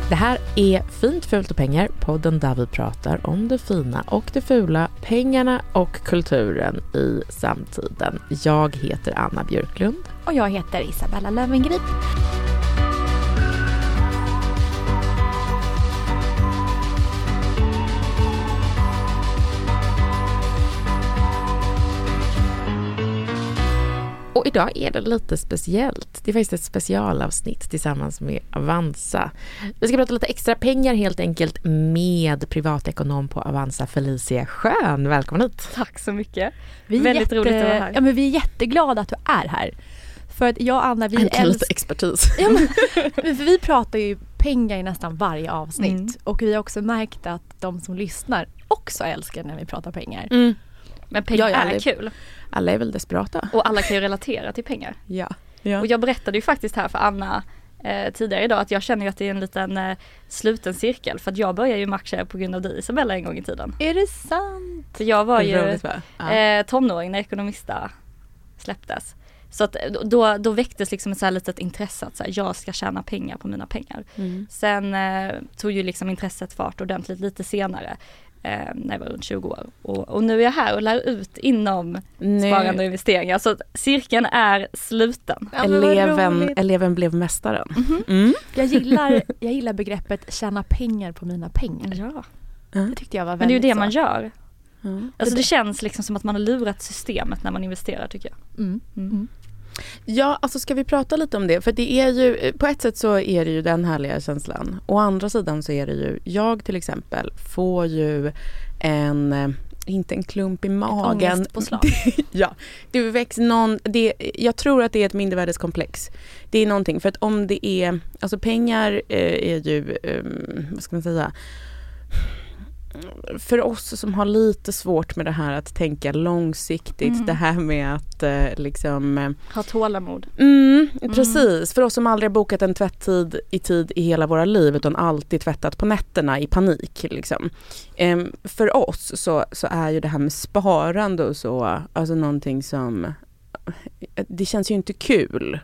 Det här är Fint, fult och pengar, podden där vi pratar om det fina och det fula, pengarna och kulturen i samtiden. Jag heter Anna Björklund. Och jag heter Isabella Löwengrip. Och idag är det lite speciellt. Det är faktiskt ett specialavsnitt tillsammans med Avanza. Vi ska prata lite extra pengar helt enkelt med privatekonom på Avanza, Felicia Schön. Välkommen hit. Tack så mycket. Väldigt roligt att vara här. Ja, men vi är jätteglada att du är här. För att jag och Anna, vi lite expertis. Ja, men, för vi pratar ju pengar i nästan varje avsnitt. Och vi har också märkt att de som lyssnar också älskar när vi pratar pengar. Mm. Men pengar är kul. Alla är väl desperata. Och alla kan ju relatera till pengar. Ja. Och jag berättade ju faktiskt här för Anna tidigare idag att jag känner ju att det är en liten sluten cirkel. För att jag började ju matcha på grund av dig, Isabella, en gång i tiden. Är det sant? Så jag var ju roligt, tonåring när Ekonomista släpptes. Så att då väcktes liksom ett så här litet intresse att så här, jag ska tjäna pengar på mina pengar. Mm. Sen tog ju liksom intresset fart ordentligt lite senare. När jag var runt 20 år. Och nu är jag här och lär ut inom sparande och investeringar. Så cirkeln är sluten. Ja, eleven blev mästaren. Mm-hmm. Mm. Jag gillar begreppet tjäna pengar på mina pengar. Ja. Det tyckte jag var väldigt. Men det är ju det man gör. Alltså det känns liksom som att man har lurat systemet när man investerar, tycker jag. Mm. Ja, alltså ska vi prata lite om det? För det är ju, på ett sätt så är det ju den härliga känslan. Å andra sidan så är det ju, jag till exempel får ju inte en klump i magen. Ett ångestpåslag. Ja, det väcks jag tror att det är ett mindervärdeskomplex. Det är någonting, för att om det är, alltså pengar är ju, vad ska man säga, för oss som har lite svårt med det här att tänka långsiktigt, det här med att ha tålamod. Precis, för oss som aldrig har bokat en tvätttid i hela våra liv utan alltid tvättat på nätterna i panik liksom. För oss så är ju det här med sparande och så, alltså någonting som, det känns ju inte kul.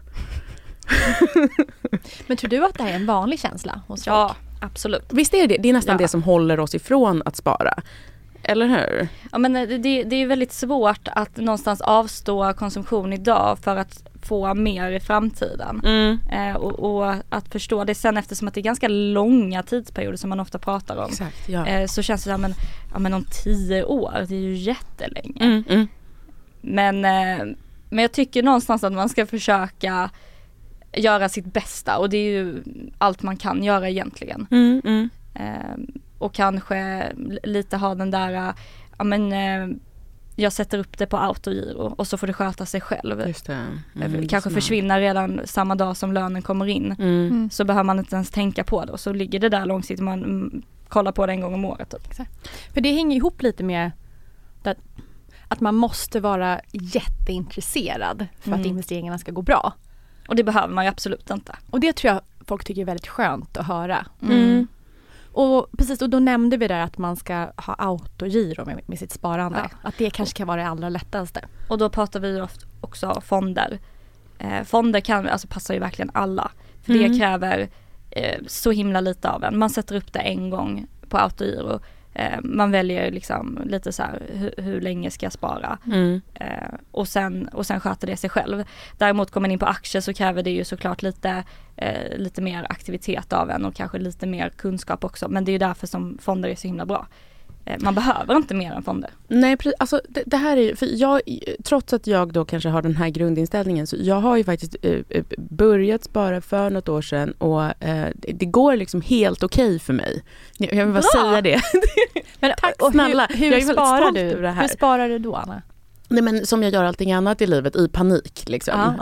Men tror du att det här är en vanlig känsla hos folk? Ja, absolut. Visst är det? Det är nästan det som håller oss ifrån att spara. Eller hur? Ja, men det är väldigt svårt att någonstans avstå konsumtion idag för att få mer i framtiden. Och att förstå det sen, eftersom att det är ganska långa tidsperioder som man ofta pratar om. Exakt, ja. Så känns det men om 10 år, det är ju jättelänge. Men jag tycker någonstans att man ska försöka göra sitt bästa, och det är ju allt man kan göra egentligen. Och kanske lite ha den där jag sätter upp det på autogiro och så får det sköta sig själv. Just det. Kanske försvinna redan samma dag som lönen kommer in. Så behöver man inte ens tänka på det, och så ligger det där långsiktigt, man kollar på det en gång om året. Typ. Exakt. För det hänger ihop lite med att man måste vara jätteintresserad för att investeringarna ska gå bra. Och det behöver man ju absolut inte. Och det tror jag folk tycker är väldigt skönt att höra. Och precis, och då nämnde vi där att man ska ha autogiro med sitt sparande. Ja. Att det kanske kan vara det allra lättaste. Och då pratar vi ju också fonder. Fonder passar ju verkligen alla. För det kräver så himla lite av en. Man sätter upp det en gång på autogiro. Man väljer liksom lite så här, hur länge ska jag spara, och sen sköter det sig själv. Däremot kommer man in på aktier så kräver det ju såklart lite mer aktivitet av en och kanske lite mer kunskap också, men det är ju därför som fonder är så himla bra. Man behöver inte mer än fonder. Nej, alltså det här är ju, för jag, trots att jag då kanske har den här grundinställningen, så jag har ju faktiskt börjat spara för något år sedan, och det går liksom helt okej för mig. Jag vill bara säga det. Men tack snälla. Hur sparar du? Hur sparar du då, Anna? Nej, men som jag gör allting annat i livet, i panik liksom.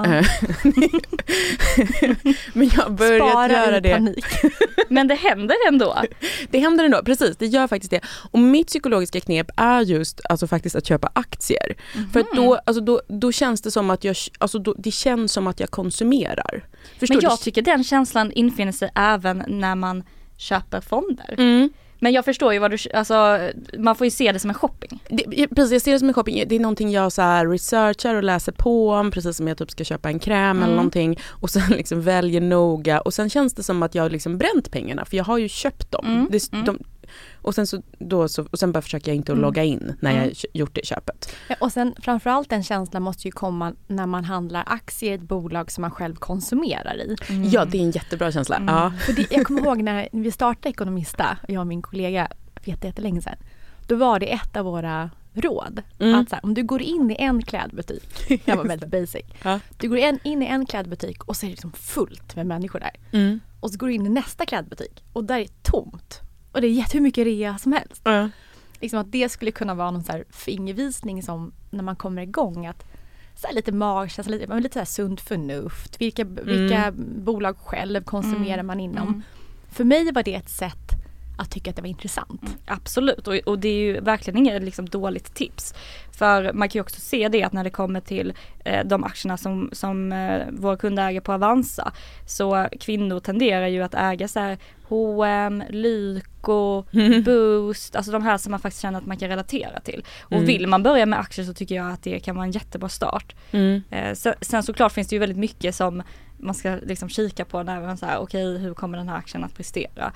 Men jag har börjat göra det. Panik. Men det händer ändå. Det händer ändå, precis. Det gör faktiskt det. Och mitt psykologiska knep är just faktiskt att köpa aktier. För att då känns det som att det känns som att jag konsumerar. Förstår men jag du? tycker den känslan infinner sig även när man köper fonder. Men jag förstår ju vad du, alltså man får ju se det som en shopping. Precis, jag ser det som en shopping. Det är någonting jag så här researchar och läser på om, precis som jag typ ska köpa en kräm eller någonting, och sen liksom väljer noga, och sen känns det som att jag liksom bränt pengarna, för jag har ju köpt dem. Och sen bara försöker jag inte att logga in när jag gjort det köpet. Ja, och sen framförallt en känsla måste ju komma när man handlar aktier i ett bolag som man själv konsumerar i. Ja, det är en jättebra känsla. Ja. För jag kommer ihåg när vi startade Ekonomista, jag och min kollega, jättelänge sedan. Då var det ett av våra råd. Att så här, om du går in i en klädbutik, jag var väldigt basic. Du går in i en klädbutik och så är det liksom fullt med människor där. Och så går du in i nästa klädbutik och där är det tomt. Och det är hur mycket rea som helst. Liksom att det skulle kunna vara någon så här fingervisning som när man kommer igång, att så här lite magkänsla, lite så här sunt förnuft. Vilka bolag själv konsumerar man inom? För mig var det ett sätt att tycka att det var intressant. Absolut, och det är ju verkligen inget liksom dåligt tips. För man kan ju också se det att när det kommer till de aktierna som våra kunder äger på Avanza, så kvinnor tenderar ju att äga så här H&M, Lyko, Boost, alltså de här som man faktiskt känner att man kan relatera till. Och vill man börja med aktier så tycker jag att det kan vara en jättebra start. Sen såklart finns det ju väldigt mycket som man ska liksom kika på när man säger okej, hur kommer den här aktien att prestera?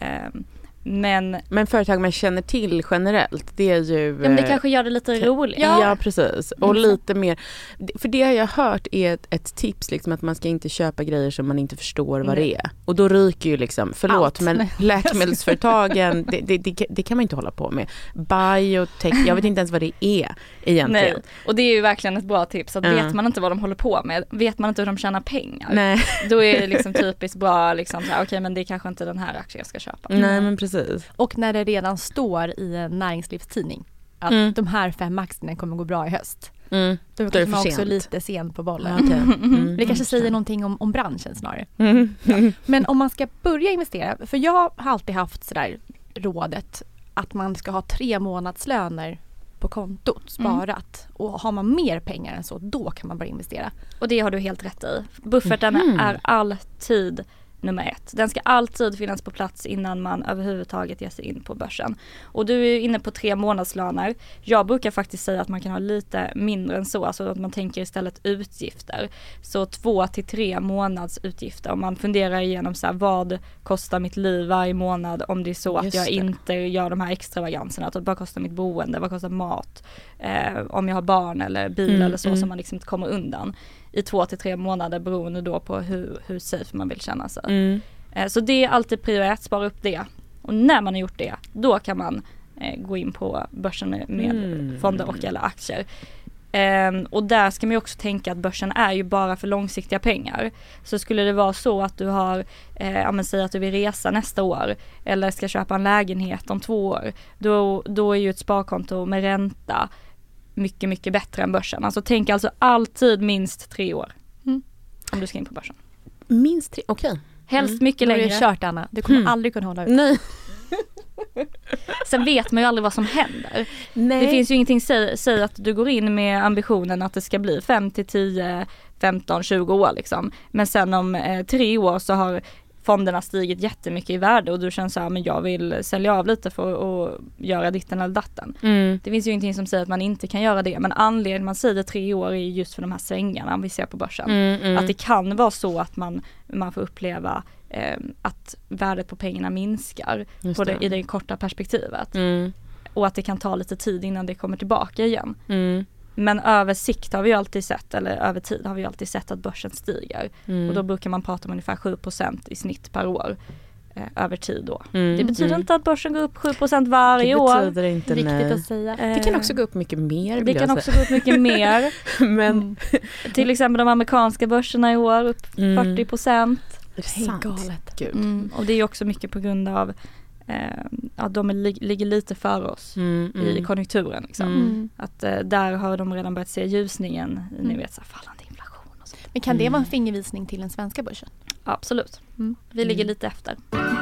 Men företag man känner till generellt, det är ju... Ja, men det kanske gör det lite roligt. Ja, precis. Och lite mer... För det jag har hört är ett tips, liksom, att man ska inte köpa grejer som man inte förstår vad det är. Och då ryker ju liksom... Förlåt, allt. Men läkemedelsföretagen, det kan man inte hålla på med. Biotech, jag vet inte ens vad det är egentligen. Nej. Och det är ju verkligen ett bra tips. Att vet man inte vad de håller på med, vet man inte hur de tjänar pengar, då är det liksom typiskt bra liksom, okej, men det är kanske inte den här aktien jag ska köpa. Nej, men precis. Och när det redan står i en näringslivstidning att de här 5 aktierna kommer gå bra i höst. Då är man också lite sen på bollen. Det kanske säger någonting om branschen snarare. Men om man ska börja investera, för jag har alltid haft sådär rådet att man ska ha 3 månadslöner på kontot sparat. Och har man mer pengar än så, då kan man börja investera. Och det har du helt rätt i. Bufferten är alltid nummer 1. Den ska alltid finnas på plats innan man överhuvudtaget ger sig in på börsen. Och du är inne på 3 månadslöner. Jag brukar faktiskt säga att man kan ha lite mindre än så. Alltså att man tänker istället utgifter. Så 2 till 3 månads utgifter. Om man funderar igenom så här, vad kostar mitt liv varje månad om det är så att jag inte gör de här extravaganserna. Att det bara kostar mitt boende, vad kostar mat. Om jag har barn eller bil eller så som man liksom inte kommer undan. I 2 till 3 månader beroende då på hur safe man vill känna sig. Så det är alltid prio 1, spara upp det. Och när man har gjort det, då kan man gå in på börsen med fonder och eller aktier. Och där ska man ju också tänka att börsen är ju bara för långsiktiga pengar. Så skulle det vara så att du har, säg att du vill resa nästa år eller ska köpa en lägenhet om 2 år, då är ju ett sparkonto med ränta mycket, mycket bättre än börsen. Alltså tänk alltså alltid minst 3 år om du ska in på börsen. Minst 3, okej. Helst mycket längre. Det är kört, Anna. Du kommer aldrig kunna hålla ut. Nej. Sen vet man ju aldrig vad som händer. Nej. Det finns ju ingenting säg att du går in med ambitionen att det ska bli 5 till 10, 15, 20 år liksom. Men sen om 3 år så har fonderna stigit jättemycket i värde och du känner så här, men jag vill sälja av lite för att göra ditten eller datten. Det finns ju ingenting som säger att man inte kan göra det, men anledningen man säger 3 år är just för de här svängarna vi ser på börsen. Att det kan vara så att man får uppleva att värdet på pengarna minskar i det korta perspektivet. Och att det kan ta lite tid innan det kommer tillbaka igen. Men över sikt har vi ju alltid sett, eller över tid har vi ju alltid sett att börsen stiger. Och då brukar man prata om ungefär 7% i snitt per år över tid då. Det betyder inte att börsen går upp 7% varje år. Det betyder inte, viktigt att säga. Det kan också gå upp mycket mer. Det kan också gå upp mycket mer. Men till exempel de amerikanska börserna i år upp 40%. Det är sant. Galet. Och det är också mycket på grund av att de ligger lite före oss i konjunkturen. Liksom. Att där har de redan börjat se ljusningen, ni vet, så fallande inflation och sånt. Men kan det vara en fingervisning till den svenska börsen? Absolut. Vi ligger lite efter.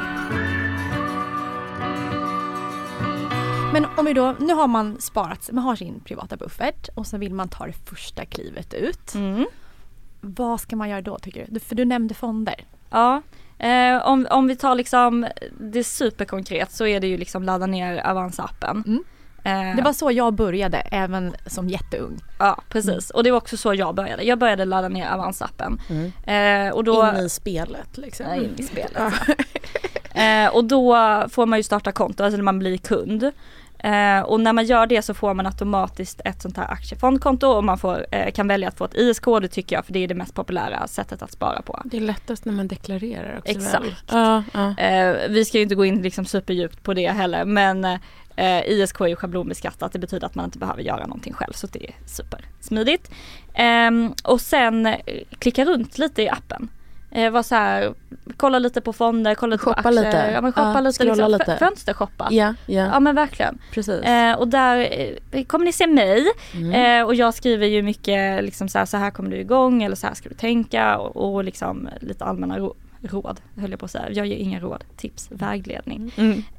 Men om vi då, nu har man sparat, man har sin privata buffert och så vill man ta det första klivet ut. Vad ska man göra då, tycker du? För du nämnde fonder. Ja. Om vi tar liksom det superkonkret så är det ju liksom ladda ner Avanza-appen. Det var så jag började, även som jätteung. Ja, precis. Och det var också så jag började. Jag började ladda ner Avanza-appen. Och då, in i spelet liksom. Ja, in i spelet. Och då får man ju starta konto, alltså när man blir kund. Och när man gör det så får man automatiskt ett sånt här aktiefondkonto och man kan välja att få ett ISK, det tycker jag, för det är det mest populära sättet att spara på. Det är lättast när man deklarerar också. Exakt. Vi ska ju inte gå in liksom superdjupt på det heller, men ISK är ju schablonbeskattat, det betyder att man inte behöver göra någonting själv, så det är supersmidigt. Och sen klicka runt lite i appen. Var så här, kolla lite på fonder, kolla lite på aktier. Lite. Ja, men shoppa lite, liksom, lite. Fönstershoppa. Ja. Ja men verkligen. Precis. Och där kommer ni se mig. Och jag skriver ju mycket liksom så här kommer du igång, eller så här ska du tänka, och liksom lite allmänna råd, höll jag på att säga. Jag ger inga råd, tips, vägledning.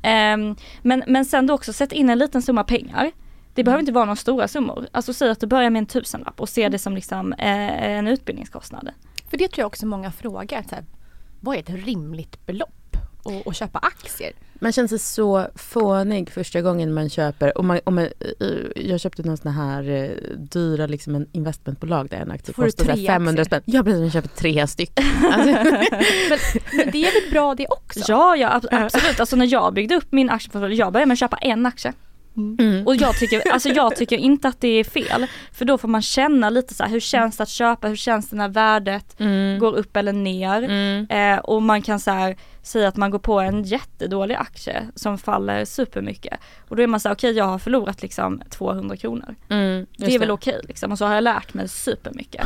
Men sen då också sätt in en liten summa pengar. Det behöver inte vara några stora summor. Alltså säg att du börjar med 1000-lapp och ser det som liksom en utbildningskostnad. För det tror jag också många frågar. Så här, vad är ett rimligt belopp att köpa aktier? Man känner sig så fånig första gången man köper. Jag köpte någon sån här dyra liksom en investmentbolag där en aktie kostar 500 spänn. Jag precis köper 3 stycken. Alltså. men det är väl bra det också? Ja, absolut. Alltså när jag byggde upp min aktieportfölj, jag började med att köpa en aktie. Och jag tycker inte att det är fel, för då får man känna lite så här, hur känns det att köpa, hur känns det när värdet går upp eller ner, och man kan så här säga att man går på en jättedålig aktie som faller supermycket, och då är man så här, okej, jag har förlorat liksom 200 kronor. Det är väl okej liksom, och så har jag lärt mig supermycket.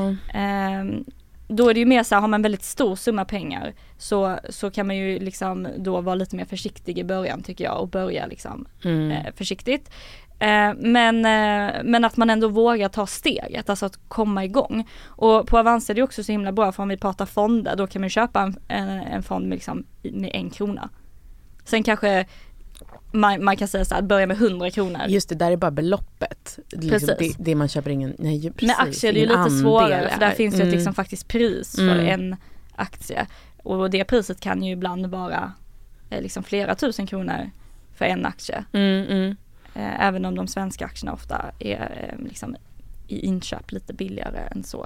Då är det ju mer så här, har man väldigt stor summa pengar så kan man ju liksom då vara lite mer försiktig i början, tycker jag, och börja liksom försiktigt. Men att man ändå vågar ta steget, alltså att komma igång. Och på Avanza är det också så himla bra, för om vi pratar fonder, då kan man köpa en fond med, liksom, med 1 krona. Sen kanske man kan säga så här, börja med 100 kronor. Just det, där är bara beloppet. Liksom det man köper ingen... Nej, precis, med aktier är det ju lite svårare, för där finns ju ett liksom faktiskt pris för en aktie. Och det priset kan ju ibland vara liksom flera tusen kronor för en aktie. Även om de svenska aktierna ofta är liksom i inköp lite billigare än så.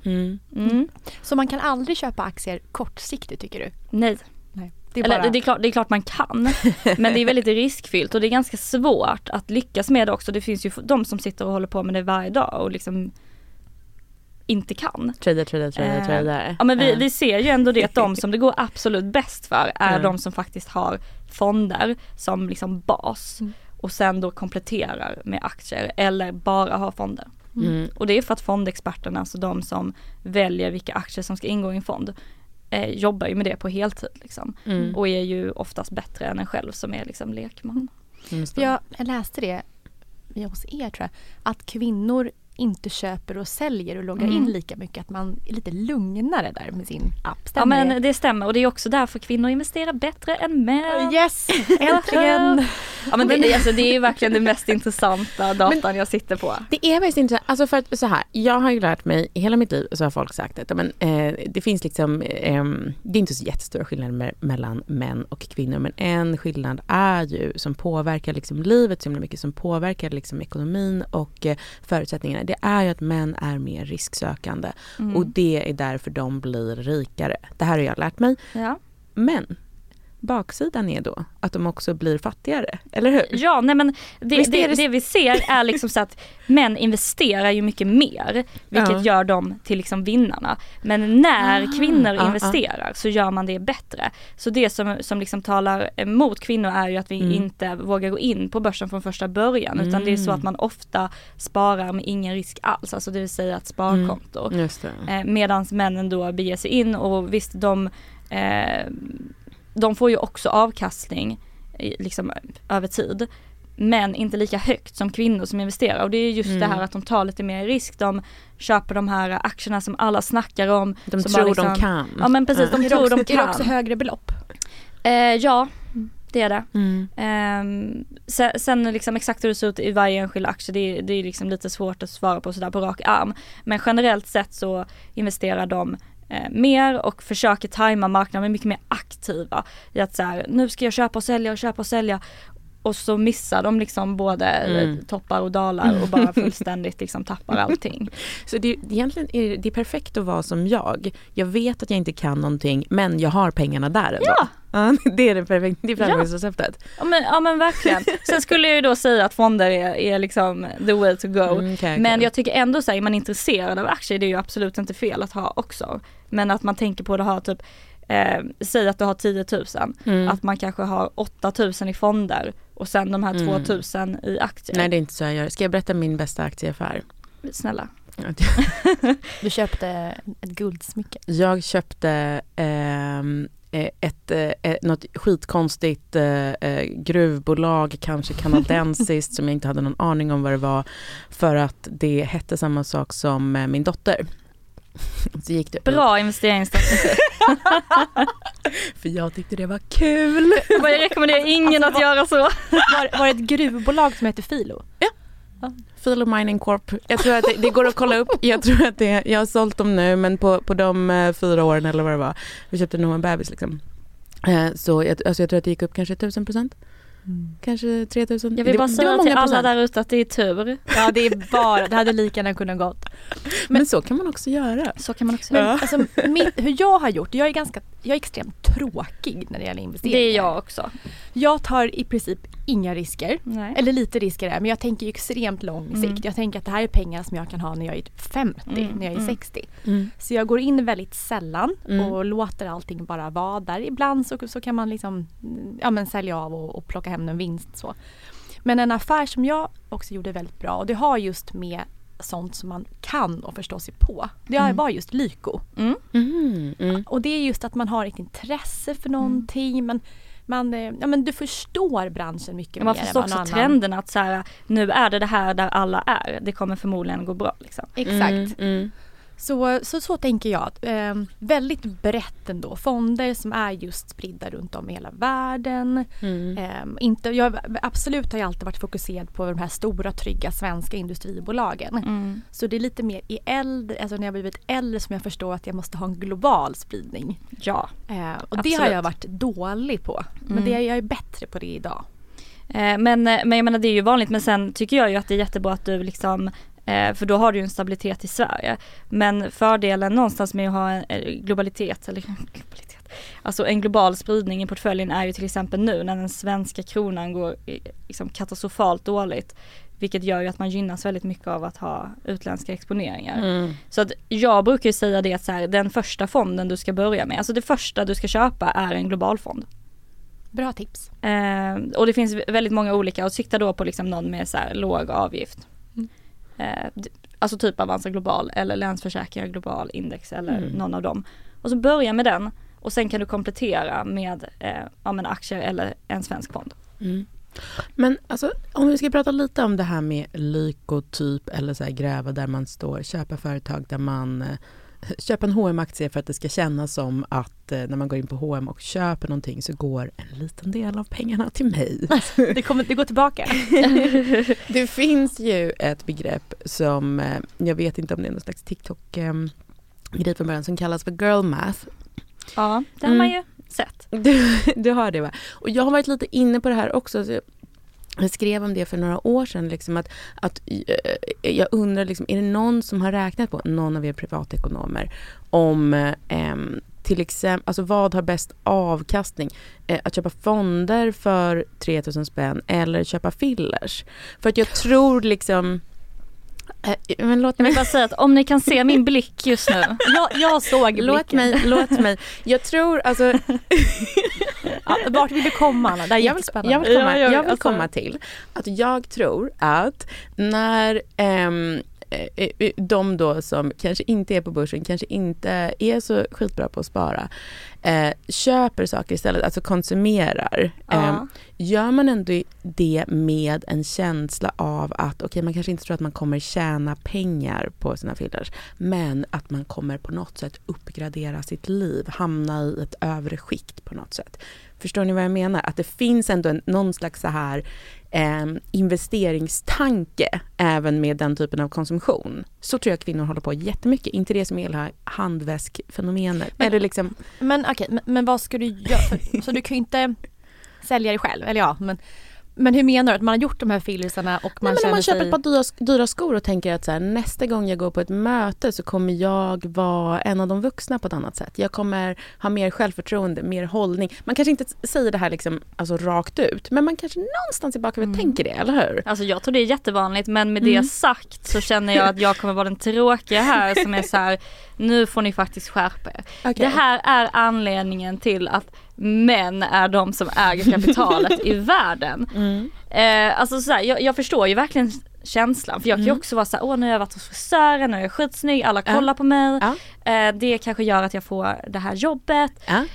Så man kan aldrig köpa aktier kortsiktigt, tycker du? Nej. Det är klart man kan, men det är väldigt riskfyllt och det är ganska svårt att lyckas med det också. Det finns ju de som sitter och håller på med det varje dag och liksom inte kan. Trader. Ja, men vi ser ju ändå det att de som det går absolut bäst för är de som faktiskt har fonder som liksom bas och sen då kompletterar med aktier eller bara har fonder. Och det är för att fondexperterna, alltså de som väljer vilka aktier som ska ingå i en fond, jobbar ju med det på heltid liksom. Och är ju oftast bättre än en själv som är liksom lekman. Jag läste det hos er, tror jag, att kvinnor inte köper och säljer och loggar in lika mycket, att man är lite lugnare där med sin app. Stämmer? Ja, men det stämmer, och det är också därför kvinnor investerar bättre än män. Yes, äntligen! Ja, men det är ju verkligen det mest intressanta datan jag sitter på. Det är väldigt intressant, alltså för att så här, jag har ju lärt mig i hela mitt liv, så har folk sagt att det finns liksom, det är inte så jättestora skillnader mellan män och kvinnor, men en skillnad är ju som påverkar liksom livet så mycket, som påverkar liksom ekonomin och förutsättningarna. Det är ju att män är mer risksökande och det är därför de blir rikare. Det här har jag lärt mig. Ja. Men baksidan är då att de också blir fattigare, eller hur? Ja, nej, men det vi ser är liksom så att män investerar ju mycket mer, vilket gör dem till liksom vinnarna. Men när kvinnor investerar så gör man det bättre. Så det som liksom talar emot kvinnor är ju att vi inte vågar gå in på börsen från första början, utan det är så att man ofta sparar med ingen risk alls, alltså det vill säga ett sparkonto. Medans männen då beger sig in, och visst de får ju också avkastning liksom över tid, men inte lika högt som kvinnor som investerar. Och det är just det här att de tar lite mer risk. De köper de här aktierna som alla snackar om. De som tror liksom, de kan. Ja, men precis, de tror de kan. Är det också högre belopp? Ja, det är det. Sen liksom exakt hur det ser ut i varje enskild aktie, det är liksom lite svårt att svara på sådär på rak arm. Men generellt sett så investerar de mer och försöker tajma marknaden, mycket mer aktiva i att så här, nu ska jag köpa och sälja och så missar de liksom både toppar och dalar och bara fullständigt liksom tappar allting. Så egentligen är det perfekt att vara som jag. Jag vet att jag inte kan någonting, men jag har pengarna där ändå. Ja. Det är det perfekta, det är framgångsreceptet. Ja men verkligen. Sen skulle jag ju då säga att fonder är liksom the way to go. Men jag tycker ändå så här, är man intresserad av aktier, det är ju absolut inte fel att ha också. Men att man tänker på att ha typ säg att du har 10 000, att man kanske har 8 000 i fonder och sen de här 2 000 i aktier. Nej, det är inte så jag gör. Ska jag berätta min bästa aktieaffär? Snälla. Du köpte ett guldsmycke. Jag köpte något skitkonstigt gruvbolag, kanske kanadensiskt, som jag inte hade någon aning om vad det var, för att det hette samma sak som min dotter. Så gick det bra investeringsstrategi. För jag tyckte det var kul. Jag rekommenderar ingen att göra så. Var det ett gruvbolag som heter Filo? Ja. Filo Mining Corp. Jag tror att det går att kolla upp. Jag tror att jag har sålt dem nu, men på de 4 åren eller vad det var. Vi köpte nog en bebis liksom. Så jag tror att det gick upp kanske 1000%. Kanske 3000. Jag vill bara säga till alla där ute att det är tur. Ja, det hade lika gärna kunnat gått. Men så kan man också göra. Men, alltså, hur jag har gjort, jag är extremt tråkig när det gäller investeringar. Det är jag också. Jag tar i princip inga risker. Nej. Eller lite risker där, men jag tänker ju extremt lång sikt. Jag tänker att det här är pengar som jag kan ha när jag är 50, när jag är 60. Så jag går in väldigt sällan och låter allting bara vara där. Ibland så kan man liksom sälja av och plocka hem en vinst så. Men en affär som jag också gjorde väldigt bra, och det har just med sånt som man kan och förstå sig på. Det var just Lyko. Och det är just att man har ett intresse för någonting, men du förstår branschen mycket mer. Man förstår också trenden att så här, nu är det här där alla är. Det kommer förmodligen gå bra liksom. Exakt. Så tänker jag. Väldigt brett ändå. Fonder som är just spridda runt om i hela världen. Absolut har jag alltid varit fokuserad på de här stora, trygga svenska industribolagen. Så det är lite mer när jag blivit äldre som jag förstår att jag måste ha en global spridning. Ja, och det har jag varit dålig på. Men jag är bättre på det idag. Men jag menar, det är ju vanligt. Men sen tycker jag ju att det är jättebra att du liksom... För då har du ju en stabilitet i Sverige. Men fördelen någonstans med att ha en globalitet, alltså en global spridning i portföljen är ju till exempel nu när den svenska kronan går liksom katastrofalt dåligt. Vilket gör ju att man gynnas väldigt mycket av att ha utländska exponeringar. Så att jag brukar ju säga det att så här, den första fonden du ska börja med, alltså det första du ska köpa är en global fond. Bra tips. Och det finns väldigt många olika, och sikta då på liksom någon med så här låg avgift. Alltså typ Avanza Global eller Länsförsäkringar Global Index eller någon av dem. Och så börja med den och sen kan du komplettera med aktier eller en svensk fond. Men alltså, om vi ska prata lite om det här med Lyko typ eller så här gräva där man står, köpa företag där man köper en H&M-aktie för att det ska kännas som att när man går in på H&M och köper någonting så går en liten del av pengarna till mig. Det går tillbaka. Det finns ju ett begrepp som, jag vet inte om det är någon slags TikTok-grej från början, som kallas för girl math. Ja, det har man ju sett. Du har det, va? Och jag har varit lite inne på det här också, så jag skrev om det för några år sedan, liksom att jag undrar, liksom, är det någon som har räknat på, någon av er privatekonomer, om till exempel, alltså vad har bäst avkastning? Att köpa fonder för 3000 spänn eller köpa fillers? För att jag tror liksom... Men jag vill bara säga att om ni kan se min blick just nu. Jag såg blicken. Låt mig. Jag tror alltså... Vart vill du komma, Anna? Det är jättespännande. Jag vill komma till att jag tror att när de då som kanske inte är på börsen, kanske inte är så skitbra på att spara, köper saker istället, alltså konsumerar. Gör man ändå det med en känsla av att okej, man kanske inte tror att man kommer tjäna pengar på sina fillers, men att man kommer på något sätt uppgradera sitt liv, hamna i ett övre skikt på något sätt. Förstår ni vad jag menar? Att det finns ändå någon slags så här investeringstanke även med den typen av konsumtion, så tror jag att kvinnor håller på jättemycket. Inte det som är hela handväskfenomenet. Eller liksom... Men okej, men vad ska du göra? Så du kan ju inte sälja det själv, eller ja, men hur menar du att man har gjort de här fillersarna och man känner man köper sig... ett par dyra skor och tänker att så här, nästa gång jag går på ett möte så kommer jag vara en av de vuxna på ett annat sätt. Jag kommer ha mer självförtroende, mer hållning. Man kanske inte säger det här liksom, alltså rakt ut, men man kanske någonstans i bakhuvudet tänker det, eller hur? Alltså jag tror det är jättevanligt, men med det sagt så känner jag att jag kommer vara den tråkiga här som är så här: nu får ni faktiskt skärpa er. Okay. Det här är anledningen till att män är de som äger kapitalet i världen. Alltså så här, jag förstår ju verkligen känslan, för jag kan ju också vara så här: nu har jag varit hos frisören och jag är skitsnygg, alla kollar på mig. Det kanske gör att jag får det här jobbet.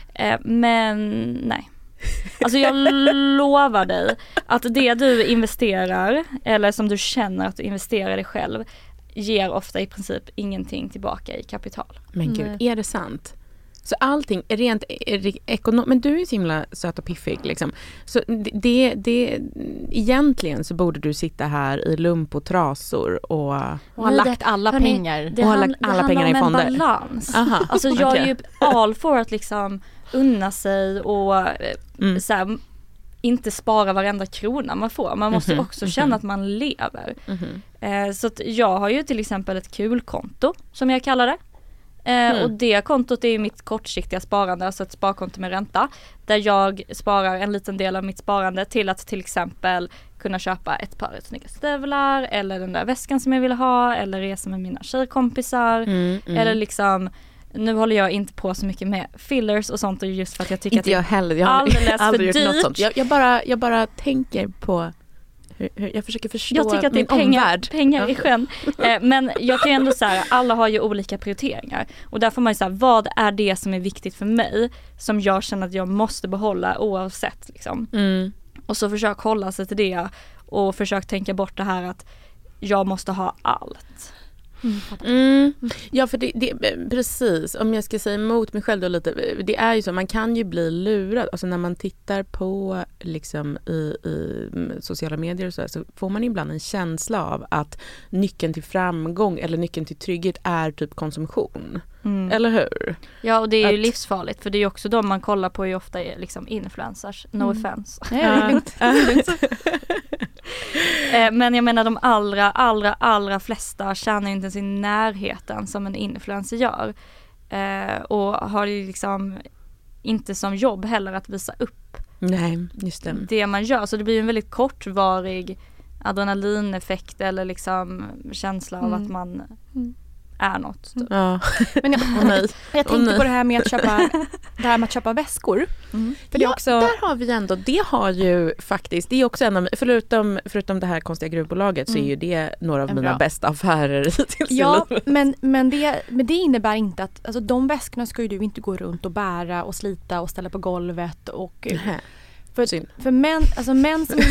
Men nej. Alltså jag lovar dig att det du investerar, eller som du känner att du investerar i dig själv, ger ofta i princip ingenting tillbaka i kapital. Men gud, är det sant? Så allting är rent ekonomiskt, men du är så himla söt och piffig liksom. Så det egentligen så borde du sitta här i lump och trasor och ha lagt alla pengar. Och ha lagt alla pengar i fonder. Det handlar om en balans. Aha, alltså jag är ju all för att liksom unna sig och så här, inte spara varenda krona man får. Man måste också känna att man lever. Så att jag har ju till exempel ett kulkonto som jag kallar det. Och det kontot är ju mitt kortsiktiga sparande, alltså ett sparkonto med ränta, där jag sparar en liten del av mitt sparande till att till exempel kunna köpa ett par snygga stövlar, eller den där väskan som jag vill ha, eller resa med mina tjejkompisar, eller liksom, nu håller jag inte på så mycket med fillers och sånt, just för att jag tycker inte att jag heller. Jag har alldeles för dyrt. Något sånt. Jag bara tänker på jag försöker förstå. Jag tycker att det är pengar i sjön. Men jag kan ju ändå säga, alla har ju olika prioriteringar. Och där får man ju säga, vad är det som är viktigt för mig, som jag känner att jag måste behålla oavsett liksom. Och så försök hålla sig till det, och försök tänka bort det här att jag måste ha allt. Ja, för det precis, om jag ska säga emot mig själv då lite, det är ju så, man kan ju bli lurad, alltså när man tittar på liksom i sociala medier och så får man ibland en känsla av att nyckeln till framgång eller nyckeln till trygghet är typ konsumtion. Eller hur? Ja, och det är ju livsfarligt, för det är ju också de man kollar på är ofta liksom influencers, no offense. Men jag menar, de allra flesta tjänar inte ens i närheten som en influencer gör. Och har ju liksom inte som jobb heller att visa upp det man gör. Så det blir en väldigt kortvarig adrenalineffekt, eller liksom känsla av att man är något. Typ. Ja. Men jag tänkte på det här med att köpa väskor. För det också... där har vi ändå, det har ju faktiskt, det är också en av, förutom det här konstiga gruvbolaget, så är ju det några av mina bästa affärer hittills i livet. Men det innebär inte att, alltså de väskorna ska ju du inte gå runt och bära och slita och ställa på golvet och... För män, alltså män som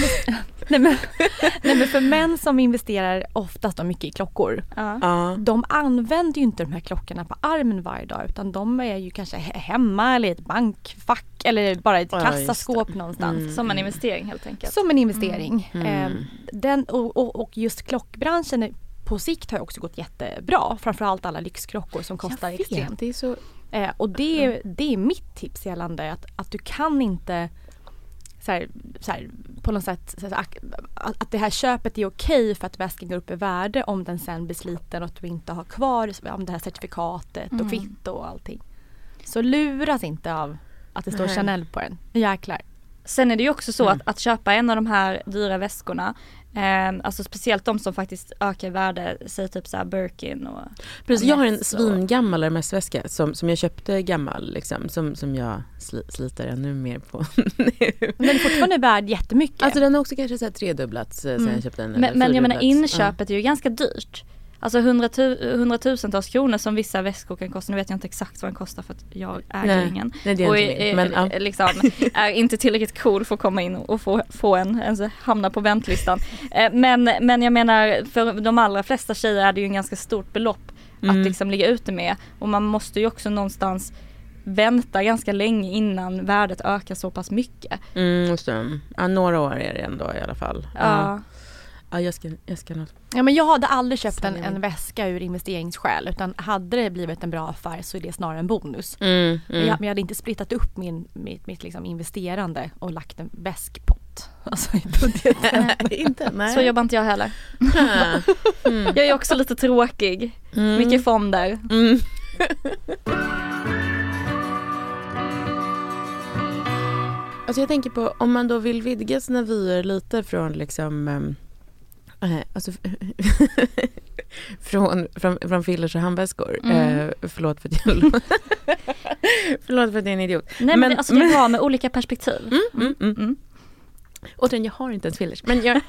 för män som investerar oftast mycket i klockor. De använder ju inte de här klockorna på armen varje dag, utan de är ju kanske hemma eller i ett bankfack eller bara ett kassaskåp någonstans. Som en investering helt enkelt. Som en investering. Och just klockbranschen på sikt har också gått jättebra. Framförallt alla lyxklockor som kostar extremt. Det är så... Och det är mitt tips gällande att du kan inte så här, på något sätt att det här köpet är okej för att väskan går upp i värde om den sen blir sliten och att du inte har kvar om det här certifikatet och kvitto och allting. Så luras inte av att det står Chanel på den. Jäklar. Sen är det ju också så att köpa en av de här dyra väskorna, alltså speciellt de som faktiskt ökar värde, säg typ så här Birkin och... Precis, jag har en svingammal Hermès-väska som jag köpte gammal liksom, som jag sliter ännu mer på nu. Men den är fortfarande värd jättemycket. Alltså den har också kanske så här tredubblats sen jag köpte den. Men jag menar, inköpet är ju ganska dyrt. Alltså hundratusentals kronor som vissa väskor kan kosta. Nu vet jag inte exakt vad den kostar för att jag äger ingen. Nej, det är inte liksom, är inte tillräckligt cool för att komma in och få en hamna på väntlistan. Men jag menar, för de allra flesta tjejer är det ju en ganska stort belopp att liksom ligga ute med. Och man måste ju också någonstans vänta ganska länge innan värdet ökar så pass mycket. Just det. Ja, några år är det ändå i alla fall. Ja. Ja, jag ska något. Ja, men jag hade aldrig köpt en väska ur investeringsskäl, utan hade det blivit en bra affär så är det snarare en bonus. Men jag hade inte splittat upp mitt liksom investerande och lagt en väskpott. Alltså i budgeten. Nej. Så jobbar inte jag heller. Jag är också lite tråkig. Mycket fonder. Alltså jag tänker på, om man då vill vidga sina vyer lite från liksom alltså från fillers och handväskor. Förlåt för att jag är en idiot. Nej, men alltså det är bra med olika perspektiv. Återigen, jag har inte ens fillers. Men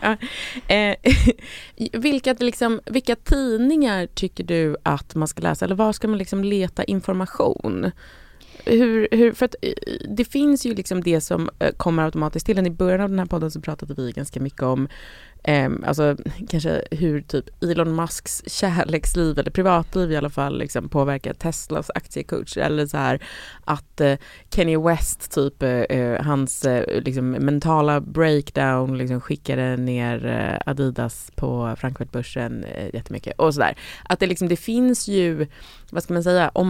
vilka tidningar tycker du att man ska läsa? Eller var ska man liksom leta information? För att det finns ju liksom det som kommer automatiskt till en. I början av den här podden så pratade vi ganska mycket om alltså kanske hur typ Elon Musks kärleksliv eller privatliv i alla fall liksom påverkar Teslas aktiekurs, eller så här att Kanye West typ hans liksom mentala breakdown liksom skickade ner Adidas på Frankfurtbörsen jättemycket och sådär. Att det finns ju, vad ska man säga, om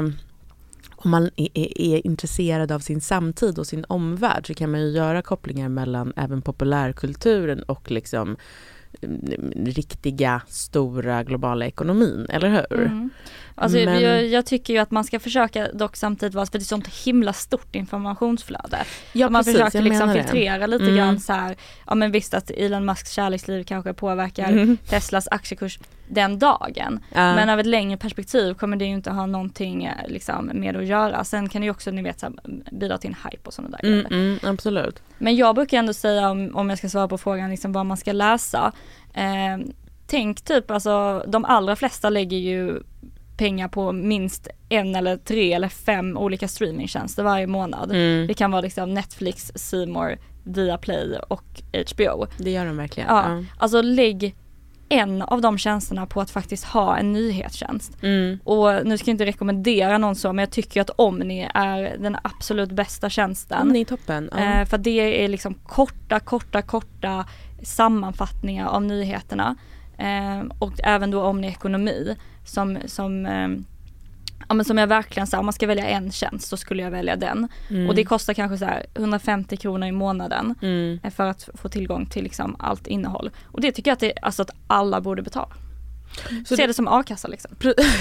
man är intresserad av sin samtid och sin omvärld så kan man ju göra kopplingar mellan även populärkulturen och liksom riktiga stora globala ekonomin, eller hur? Alltså jag tycker ju att man ska försöka dock samtidigt vara, för det är sånt himla stort informationsflöde. Ja, man precis, försöker liksom filtrera lite grann så här, ja men visst att Elon Musks kärleksliv kanske påverkar Teslas aktiekurs den dagen. Men av ett längre perspektiv kommer det ju inte ha någonting liksom med att göra. Sen kan det ju också, ni vet, så här, bidra till en hype och sådana där grejer. Absolut. Men jag brukar ändå säga, om jag ska svara på frågan liksom vad man ska läsa, tänk typ, alltså de allra flesta lägger ju pengar på minst 1 eller 3 eller 5 olika streamingtjänster varje månad. Det kan vara liksom Netflix, C More, Viaplay och HBO. Det gör de verkligen. Ja. Alltså lägg en av de tjänsterna på att faktiskt ha en nyhetstjänst. Och nu ska jag inte rekommendera någon så, men jag tycker att Omni är den absolut bästa tjänsten. Omni är toppen. För det är liksom korta sammanfattningar av nyheterna. Och även då Omni Ekonomi som jag verkligen sa, om man ska välja en tjänst så skulle jag välja den. Och det kostar kanske så här 150 kronor i månaden för att få tillgång till liksom allt innehåll. Och det tycker jag att alla borde betala. Så se det som a-kassa liksom.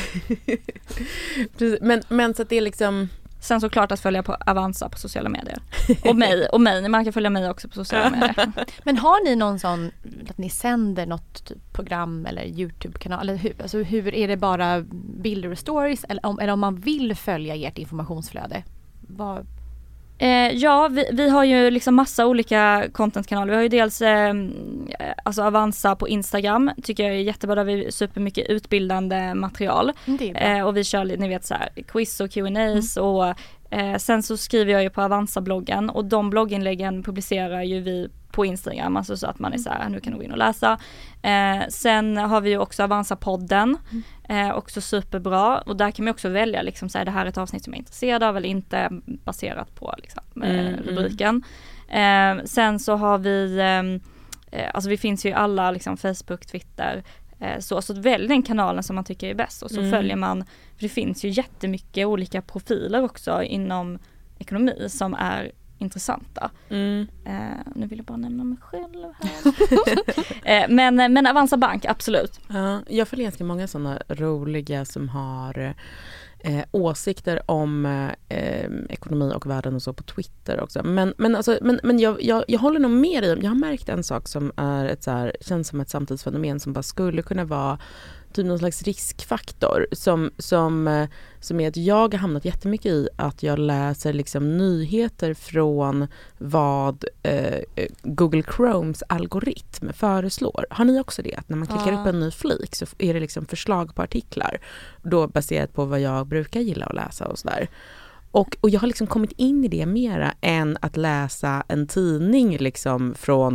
men så att det är liksom... Sen såklart att följa på Avanza på sociala medier. Och mig. Man kan följa mig också på sociala medier. Men har ni någon sån att ni sänder något typ program eller YouTube-kanal? Eller hur är det bara bilder och stories? Eller om man vill följa ert informationsflöde? Ja, vi har ju liksom massa olika contentkanaler. Vi har ju dels alltså Avanza på Instagram, tycker jag är jättebra, där vi supermycket utbildande material. Och vi kör, ni vet, så här quiz och Q&As och sen så skriver jag ju på Avanza-bloggen, och de blogginläggen publicerar ju vi på Instagram, alltså så att man är så här, nu kan du gå in och läsa. Sen har vi ju också Avanza-podden, också superbra, och där kan man också välja liksom så här, det här är ett avsnitt som jag är intresserad av eller inte, baserat på liksom, rubriken. Sen så har vi alltså vi finns ju alla liksom Facebook, Twitter, så välj den kanalen som man tycker är bäst, och så följer man, för det finns ju jättemycket olika profiler också inom ekonomi som är intressanta. Nu vill jag bara nämna mig själv här. Men Avanza Bank, absolut. Ja, jag följer ganska många sådana roliga som har åsikter om ekonomi och världen och så på Twitter också. Men jag håller nog med dig. Jag har märkt en sak som är ett så här, känns som ett samtidsfenomen som bara skulle kunna vara typ någon slags riskfaktor som är att jag har hamnat jättemycket i att jag läser liksom nyheter från vad Google Chromes algoritm föreslår. Har ni också det? Att när man klickar upp en ny flik så är det liksom förslag på artiklar då baserat på vad jag brukar gilla att läsa och sådär. Och jag har liksom kommit in i det mera än att läsa en tidning liksom från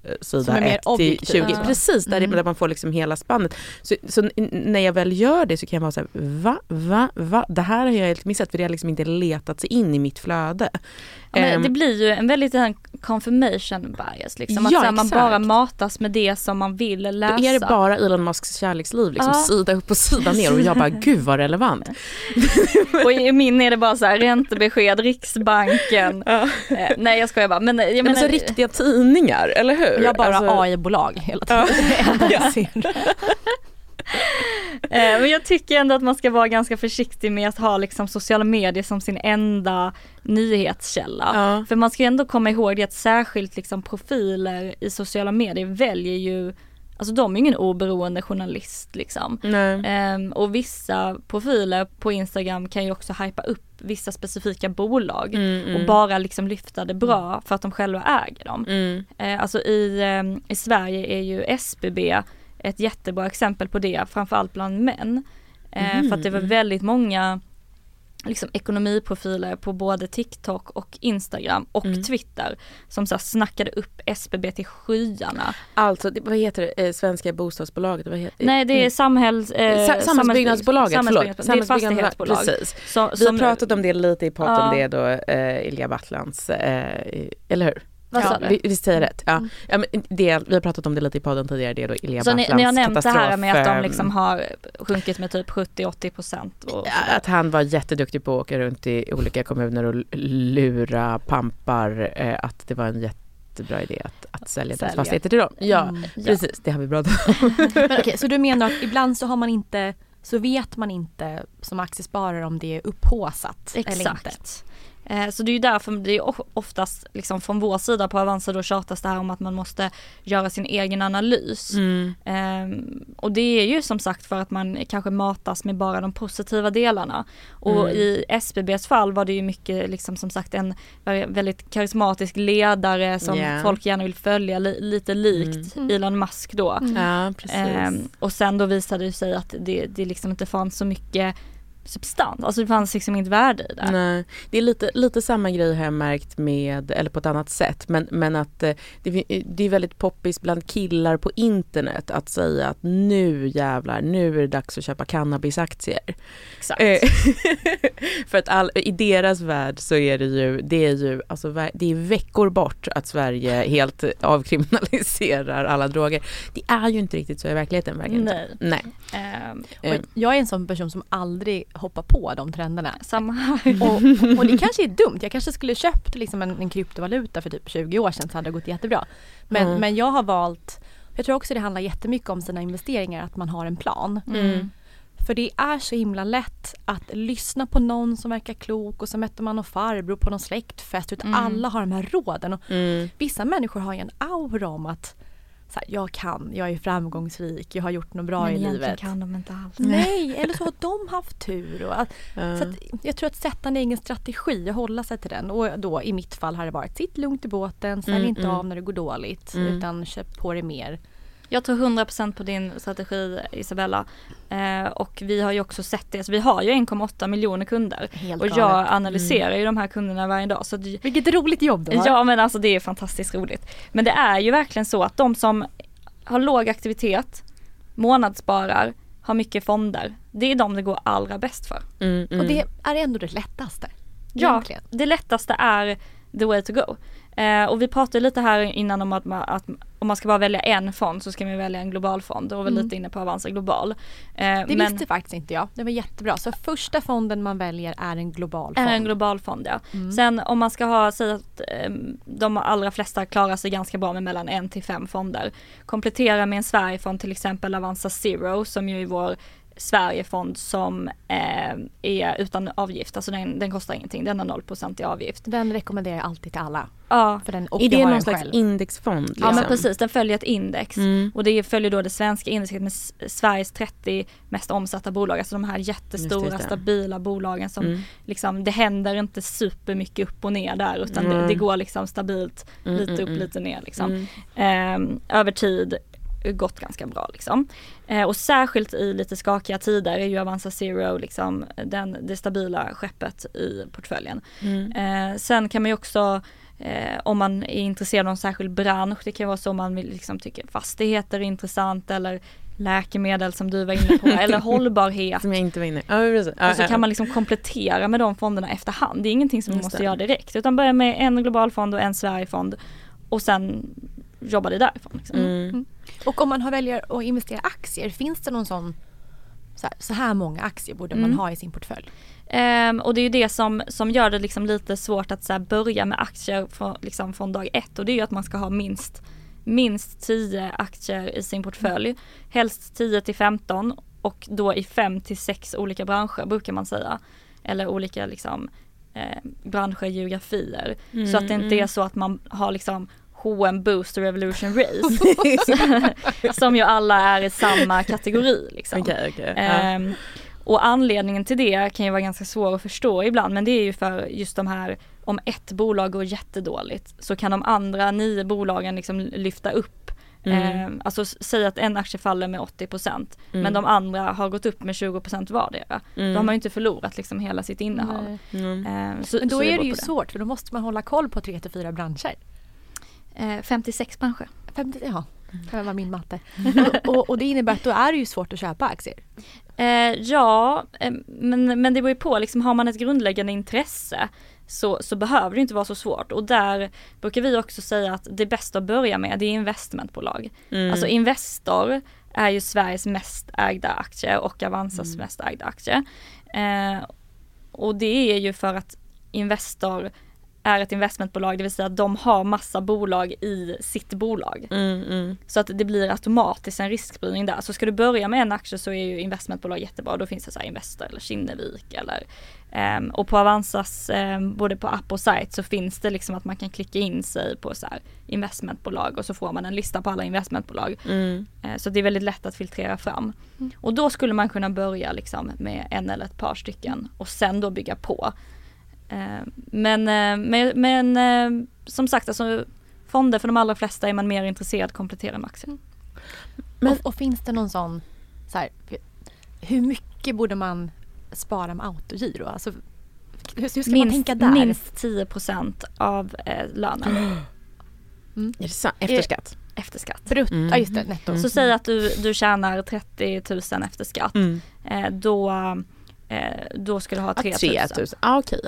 sida 1 till 20. Precis, där man får liksom hela spannet. Så när jag väl gör det så kan jag vara så här, va? Det här har jag helt missat, för det har liksom inte letat sig in i mitt flöde. Ja, men det blir ju en väldigt confirmation bias. Liksom. Att så man bara matas med det som man vill läsa. Då är det bara Elon Musks kärleksliv, liksom, sida upp och sida ner. Och jag bara, gud vad relevant. Och i min är det bara så här, räntebesked, Riksbanken. Nej, jag skojar bara. Men jag menar så riktiga tidningar, eller hur? Jag bara AI-bolag hela tiden. Men jag tycker ändå att man ska vara ganska försiktig med att ha liksom sociala medier som sin enda nyhetskälla. För man ska ändå komma ihåg det att särskilt liksom profiler i sociala medier väljer ju, alltså de är ingen oberoende journalist liksom. Och vissa profiler på Instagram kan ju också hypa upp vissa specifika bolag och bara liksom lyfta det bra för att de själva äger dem. Alltså i Sverige är ju SBB ett jättebra exempel på det, framförallt bland män. För att det var väldigt många liksom ekonomiprofiler på både TikTok och Instagram och Twitter som så här snackade upp SBB till skyarna. Alltså, vad heter det? Svenska bostadsbolaget? Nej, det är Samhällsbyggnadsbolaget. Det är ett fastighetsbolag. Precis. Vi har pratat om det lite i podden, det är då Ilja Battlans, eller hur? Vi säger rätt. Ja, men vi har pratat om det lite i podden tidigare. Det är då Ilja Battlans ni har nämnt det här med att de liksom har sjunkit med typ 70-80%. Att han var jätteduktig på att åka runt i olika kommuner och lura pampar, att det var en jättebra idé att sälja deras fastigheter till dem. Ja, precis. Det har vi pratat om. Men okej, så du menar att ibland så har man inte, så vet man inte som aktiesparare om det är upphåsat eller inte? Så det är ju därför det är oftast liksom från vår sida på Avanza då tjatas det här om att man måste göra sin egen analys. Och det är ju som sagt för att man kanske matas med bara de positiva delarna. Och i SBBs fall var det ju mycket liksom som sagt en väldigt karismatisk ledare som folk gärna vill följa, lite likt Elon Musk då. Ja, precis. Och sen då visade det sig att det liksom inte fanns så mycket substans. Alltså det fanns liksom inget värde i det. Nej, det är lite samma grej har jag märkt med, eller på ett annat sätt, men att det är väldigt poppis bland killar på internet att säga att nu jävlar, nu är det dags att köpa cannabisaktier. Exakt. För att i deras värld så är det är veckor bort att Sverige helt avkriminaliserar alla droger. Det är ju inte riktigt så i verkligheten. Nej. Och jag är en sån person som aldrig hoppa på de trenderna. Samma här. Och det kanske är dumt. Jag kanske skulle köpt liksom en kryptovaluta för typ 20 år sedan, så hade det gått jättebra. Men jag har valt, jag tror också det handlar jättemycket om sina investeringar, att man har en plan. För det är så himla lätt att lyssna på någon som verkar klok och så möter man någon farbror på någon släktfest. Alla har de här råden. Och vissa människor har ju en aura om att så här, jag är framgångsrik, jag har gjort något bra i livet. Men kan de inte alls. Nej, eller så har de haft tur. Så att jag tror att sätta en egen strategi och hålla sig till den. Och då i mitt fall har det varit sitt lugnt i båten, sälj inte av när det går dåligt, utan köp på det mer. Jag tror 100% på din strategi, Isabella. Och vi har ju också sett det. Så vi har ju 1,8 miljoner kunder. Helt och jag analyserar ju de här kunderna varje dag. Så vilket roligt jobb du har. Ja, men alltså det är fantastiskt roligt. Men det är ju verkligen så att de som har låg aktivitet, månadssparar, har mycket fonder. Det är de det går allra bäst för. Och det är ändå det lättaste. Ja, det lättaste är the way to go. Och vi pratade lite här innan om att om man ska bara välja en fond så ska man välja en global fond. Och var lite inne på Avanza global. Det visste faktiskt inte jag. Det var jättebra. Så första fonden man väljer är en global fond. Är en global fond, ja. Sen om man ska säga att de allra flesta klarar sig ganska bra med mellan 1 till 5 fonder. Komplettera med en Sverigefond, till exempel Avanza Zero, som ju är vår Sverigefond som är utan avgift. Alltså den kostar ingenting. Den har 0% i avgift. Den rekommenderar jag alltid till alla. Ja. För den, är det någon slags indexfond? Liksom? Ja, men precis. Den följer ett index. Och det följer då det svenska indexet med Sveriges 30 mest omsatta bolag. Alltså de här jättestora, stabila bolagen som liksom, det händer inte supermycket upp och ner där. Utan det går liksom stabilt lite upp, lite ner. Liksom. Över tid gått ganska bra liksom. Och särskilt i lite skakiga tider är ju Avanza Zero liksom det stabila skeppet i portföljen. Sen kan man ju också om man är intresserad av en särskild bransch. Det kan vara så om man liksom tycker fastigheter är intressant eller läkemedel som du var inne på eller hållbarhet. Som jag inte var inne. Och så kan man liksom komplettera med de fonderna efterhand. Det är ingenting som man måste göra direkt, utan börja med en global fond och en Sverigefond och sen jobba det därifrån. Liksom. Och om man väljer att investera aktier, finns det någon sån så här många aktier borde man ha i sin portfölj? Och det är ju det som gör det liksom lite svårt att så här, börja med aktier från dag ett, och det är ju att man ska ha minst 10 aktier i sin portfölj, helst 10-15 och då i 5-6 olika branscher brukar man säga, eller olika liksom, branscher, geografier, så att det inte är så att man har liksom H&M Boost och Revolution Race som ju alla är i samma kategori liksom. Okay. Och anledningen till det kan ju vara ganska svår att förstå ibland, men det är ju för just de här, om ett bolag går jättedåligt så kan de andra 9 bolagen liksom lyfta upp. Alltså säg att en aktie faller med 80%, men de andra har gått upp med 20% vardera. Då har man ju inte förlorat liksom hela sitt innehav. Men då är det ju svårt, för då måste man hålla koll på 3-4 branscher. 56 branscher. Ja, det var min matte. och det innebär att då är det ju svårt att köpa aktier. Men det beror ju på, liksom, har man ett grundläggande intresse så behöver det inte vara så svårt. Och där brukar vi också säga att det bästa att börja med, det är investmentbolag. Alltså Investor är ju Sveriges mest ägda aktie och Avanzas mest ägda aktie. Och det är ju för att Investor är ett investmentbolag, det vill säga att de har massa bolag i sitt bolag. Så att det blir automatiskt en riskspridning där. Så ska du börja med en aktie så är ju investmentbolag jättebra. Då finns det så här Investor eller Kinnevik eller och på Avanzas både på app och sajt så finns det liksom att man kan klicka in sig på så här investmentbolag och så får man en lista på alla investmentbolag. Så det är väldigt lätt att filtrera fram. Och då skulle man kunna börja liksom med en eller ett par stycken och sen då bygga på. Men som sagt, alltså, fonder för de allra flesta är man mer intresserad att komplettera med aktier. Och finns det någon sån så här, hur mycket borde man spara med autogiro? Alltså, hur ska man tänka där? Minst 10% av lönen. Är det sant? Efter skatt? Efter skatt. Brutto, ja just det, netto. Så säg att du tjänar 30 000 efter skatt. Då ska du ha 3 000. Okej.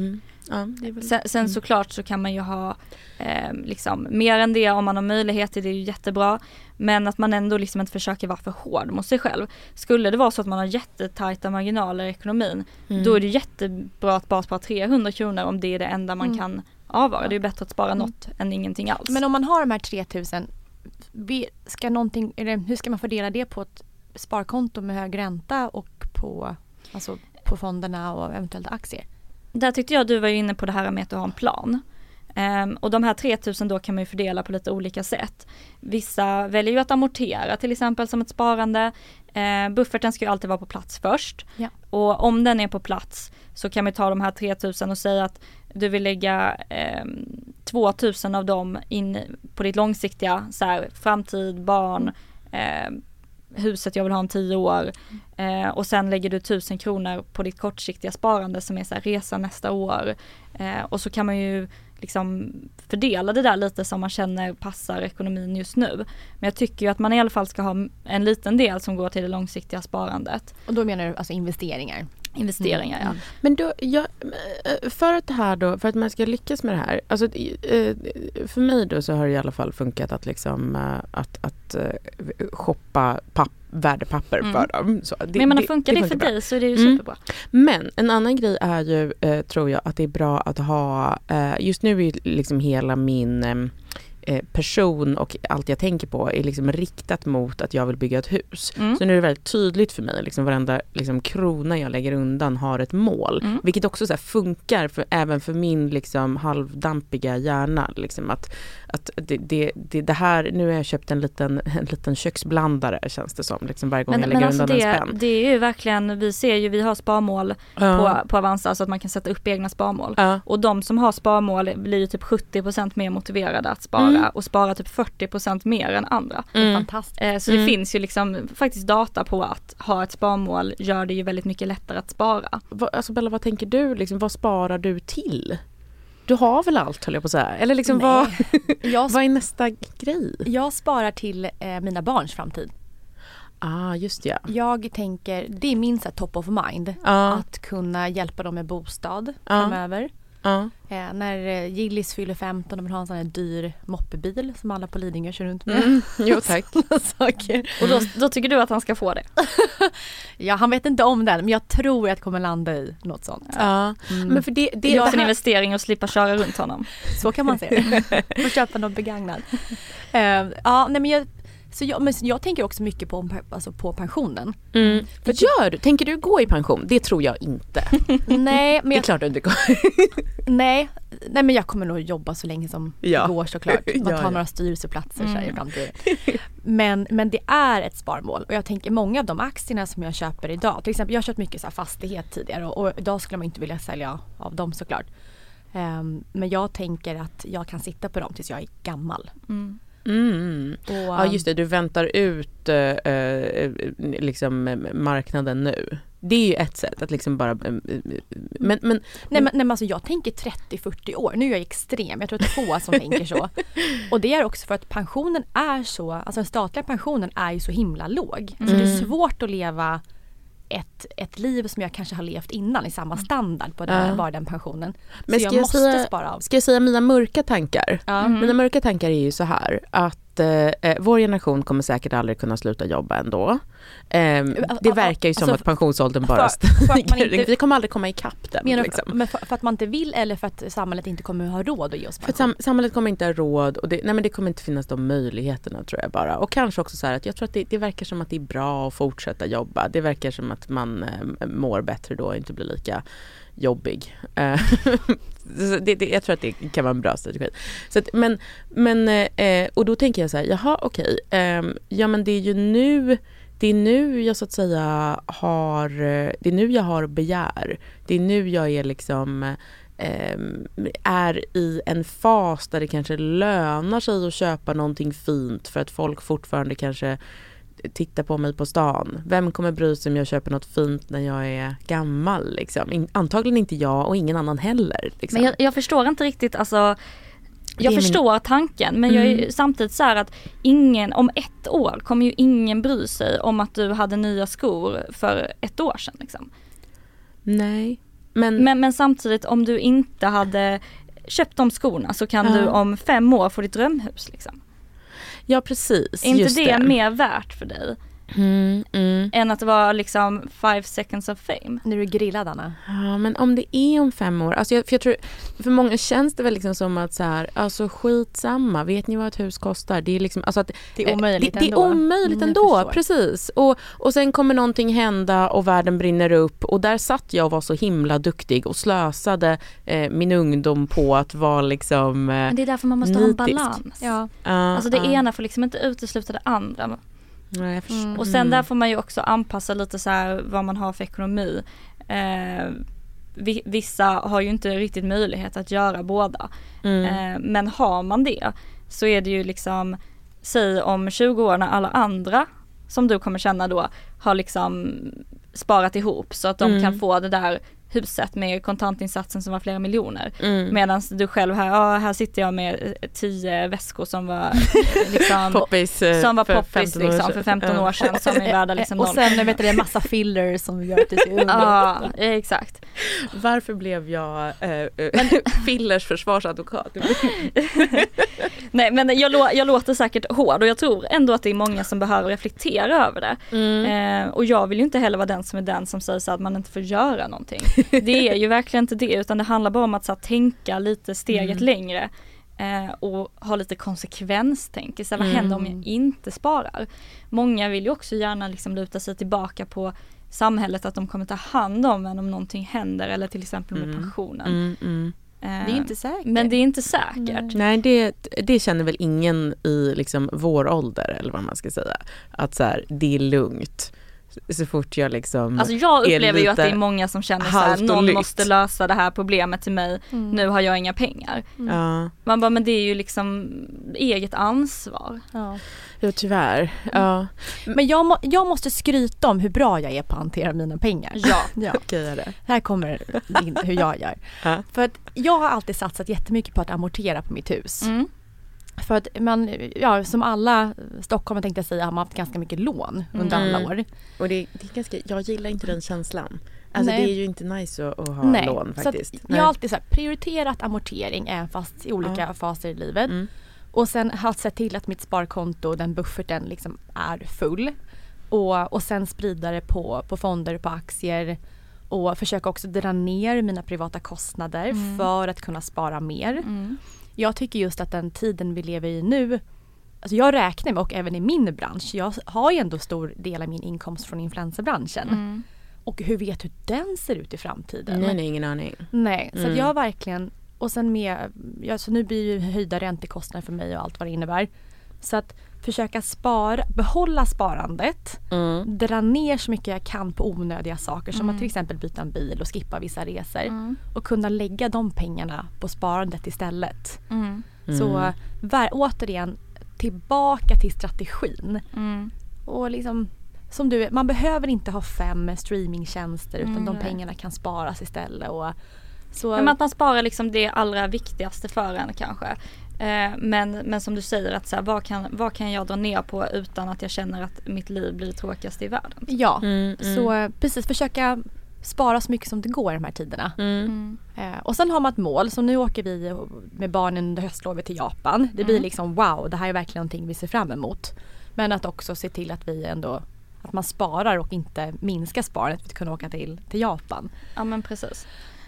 Sen såklart så kan man ju ha liksom mer än det om man har möjlighet till det, är ju jättebra. Men att man ändå liksom inte försöker vara för hård mot sig själv. Skulle det vara så att man har jättetajta marginaler i ekonomin, då är det jättebra att bara spara 300 kronor om det är det enda man kan avvara. Det är bättre att spara något än ingenting alls. Men om man har de här 3 000, hur ska man fördela det på ett sparkonto med hög ränta och på fonderna och eventuellt aktier? Där tyckte jag du var inne på det här med att ha en plan. Och de här 3 000 då kan man ju fördela på lite olika sätt. Vissa väljer ju att amortera till exempel som ett sparande. Bufferten ska ju alltid vara på plats först. Ja. Och om den är på plats så kan man ta de här 3 000 och säga att du vill lägga 2 000 av dem in på ditt långsiktiga så här, framtid, barn, huset jag vill ha om 10 år och sen lägger du 1000 kronor på ditt kortsiktiga sparande som är så här, resa nästa år och så kan man ju liksom fördela det där lite som man känner passar ekonomin just nu. Men jag tycker ju att man i alla fall ska ha en liten del som går till det långsiktiga sparandet. Och då menar du alltså investeringar? Investeringar, ja. Men då, för att man ska lyckas med det här, alltså, för mig då så har det i alla fall funkat att liksom att shoppa värdepapper för dem. Så men funkar det för dig så är det ju superbra. Men en annan grej är ju, tror jag, att det är bra att ha, just nu är liksom hela min person och allt jag tänker på är liksom riktat mot att jag vill bygga ett hus. Så nu är det väldigt tydligt för mig, liksom varenda liksom krona jag lägger undan har ett mål. Vilket också så här funkar även för min liksom halvdampiga hjärna. Liksom att det här, nu har jag köpt en liten köksblandare känns det som, liksom varje gång jag lägger undan en spänn. Det är ju verkligen, vi har sparmål på Avanza så att man kan sätta upp egna sparmål. Och de som har sparmål blir ju typ 70% mer motiverade att spara och spara typ 40% mer än andra. Fantastiskt. Så det finns ju liksom faktiskt data på att ha ett sparmål gör det ju väldigt mycket lättare att spara. Alltså Bella, vad tänker du? Liksom, vad sparar du till? du har väl allt, höll jag på att säga. Eller liksom vad är nästa grej? Jag sparar till mina barns framtid. Just ja. Jag tänker, det är min top of mind. Att kunna hjälpa dem med bostad framöver. När Gillis fyller 15 och vill ha en sån här dyr moppebil som alla på Lidingö kör runt med. Jo tack. Och då tycker du att han ska få det? Ja, han vet inte om den, men jag tror att det kommer landa i något sånt. Men för det är en investering att slippa köra runt honom. Så kan man säga. Och köpa något begagnat. Jag tänker också mycket på pensionen. Tänker du gå i pension? Det tror jag inte. Nej, men det är klart du inte går. Nej, men jag kommer nog jobba så länge som det går, såklart. Man tar några styrelseplatser så här i framtiden. Men det är ett sparmål. Och jag tänker många av de aktierna som jag köper idag. Till exempel, jag har köpt mycket så här fastighet tidigare. Och idag skulle man inte vilja sälja av dem, såklart. Men jag tänker att jag kan sitta på dem tills jag är gammal. Ja just det, du väntar ut liksom marknaden nu. Det är ju ett sätt att liksom bara men alltså jag tänker 30-40 år. Nu är jag extrem, jag tror att det är få som tänker så. Och det är också för att pensionen är så, alltså den statliga pensionen är ju så himla låg. Så det är svårt att leva ett liv som jag kanske har levt innan i samma standard på bara den pensionen. Men så jag måste spara av. Ska jag säga mina mörka tankar? Mina mörka tankar är ju så här att vår generation kommer säkert aldrig kunna sluta jobba ändå. Det verkar ju som att pensionsåldern bara stiger. Vi kommer aldrig komma ikapp den. Men för att man inte vill, eller för att samhället inte kommer ha råd att ge oss pension? För att samhället kommer inte ha råd och det kommer inte finnas de möjligheterna, tror jag bara. Och kanske också så här att jag tror att det verkar som att det är bra att fortsätta jobba. Det verkar som att man mår bättre då och inte blir lika jobbig. Jag tror att det kan vara en bra strategi. Så att, men och då tänker jag så här, jaha okej. Ja men det är nu jag så att säga det är nu jag har begär. Det är nu jag är liksom är i en fas där det kanske lönar sig att köpa någonting fint för att folk fortfarande kanske tittar på mig på stan. Vem kommer bry sig om jag köper något fint när jag är gammal? Liksom? Antagligen inte jag och ingen annan heller. Liksom. Men jag förstår inte riktigt, alltså jag förstår tanken, men jag är samtidigt så här att om 1 år kommer ju ingen bry sig om att du hade nya skor för 1 år sedan. Liksom. Nej. Men samtidigt, om du inte hade köpt de skorna så kan du om 5 år få ditt drömhus. Liksom. Ja, precis. Är inte det mer värt för dig? Än att vara liksom 5 seconds of fame. Nu är du grillad, Anna. Ja, men om det är om 5 år. Alltså för jag tror, för många känns det väl liksom som att så här, alltså skitsamma. Vet ni vad ett hus kostar? Det är liksom, alltså att det är omöjligt ändå. Det är omöjligt ändå, precis. Och sen kommer någonting hända och världen brinner upp. Och där satt jag och var så himla duktig och slösade min ungdom på att vara liksom men det är därför man måste ha en balans. Ja. Alltså det ena får liksom inte utesluta det andra. Nej, och sen där får man ju också anpassa lite så här vad man har för ekonomi. Vissa har ju inte riktigt möjlighet att göra båda. Men har man det så är det ju liksom, säg om 20 år när alla andra som du kommer känna då har liksom sparat ihop så att de kan få det där huset med kontantinsatsen som var flera miljoner. Medan du själv här sitter jag med 10 väskor som var liksom poppis, för 15 år sedan som är värda liksom och sen vet du, det är massa fillers som gör att det ser ungt. Ja, exakt. Varför blev jag fillers försvarsadvokat? Nej, men jag låter säkert hård och jag tror ändå att det är många som behöver reflektera över det. Och jag vill ju inte heller vara den som säger så att man inte får göra någonting. Det är ju verkligen inte det, utan det handlar bara om att så här, tänka lite steget längre och ha lite konsekvenstänk. Så vad händer om jag inte sparar? Många vill ju också gärna liksom luta sig tillbaka på samhället, att de kommer ta hand om en om någonting händer, eller till exempel med pensionen. Det är inte säkert. Men det är inte säkert. Nej, det känner väl ingen i liksom vår ålder, eller vad man ska säga. Att så här, det är lugnt. så fort jag liksom alltså jag upplever ju att det är många som känner så här, någon måste lösa det här problemet till mig, nu har jag inga pengar. Man bara, men det är ju liksom eget ansvar. Ja, tyvärr. Men jag måste skryta om hur bra jag är på att hantera mina pengar. Ja. Okej, det. Här kommer in hur jag gör. För att jag har alltid satsat jättemycket på att amortera på mitt hus. För att man, som alla Stockholm tänkte jag säga, har man haft ganska mycket lån under alla år. Och det är ganska, jag gillar inte den känslan. Alltså det är ju inte nice att ha lån faktiskt. Jag har alltid så här, prioriterat amortering även fast i olika faser i livet. Och sen har sett till att mitt sparkonto, den bufferten liksom är full. Och sen sprida det på fonder, på aktier. Och försöka också dra ner mina privata kostnader för att kunna spara mer. Jag tycker just att den tiden vi lever i nu, alltså jag räknar med, och även i min bransch, jag har ju ändå stor del av min inkomst från influencerbranschen. Och hur vet hur den ser ut i framtiden? Nej, ingen aning. Nej, så att jag verkligen, och sen med, så nu blir ju höjda räntekostnader för mig och allt vad det innebär. Så att försöka behålla sparandet, dra ner så mycket jag kan på onödiga saker som att till exempel byta en bil och skippa vissa resor och kunna lägga de pengarna på sparandet istället. Så återigen tillbaka till strategin. Och liksom, som man behöver inte ha 5 streamingtjänster utan de pengarna kan sparas istället. Men att man sparar liksom det allra viktigaste för en kanske. Men som du säger, att så här, vad kan jag dra ner på utan att jag känner att mitt liv blir tråkigast i världen? Ja, så precis, försöka spara så mycket som det går i de här tiderna. Och sen har man ett mål, så nu åker vi med barnen under höstlovet till Japan. Det blir liksom wow, det här är verkligen någonting vi ser fram emot. Men att också se till att vi ändå, att man sparar och inte minskar sparandet för att kunna åka till Japan. Ja, men precis.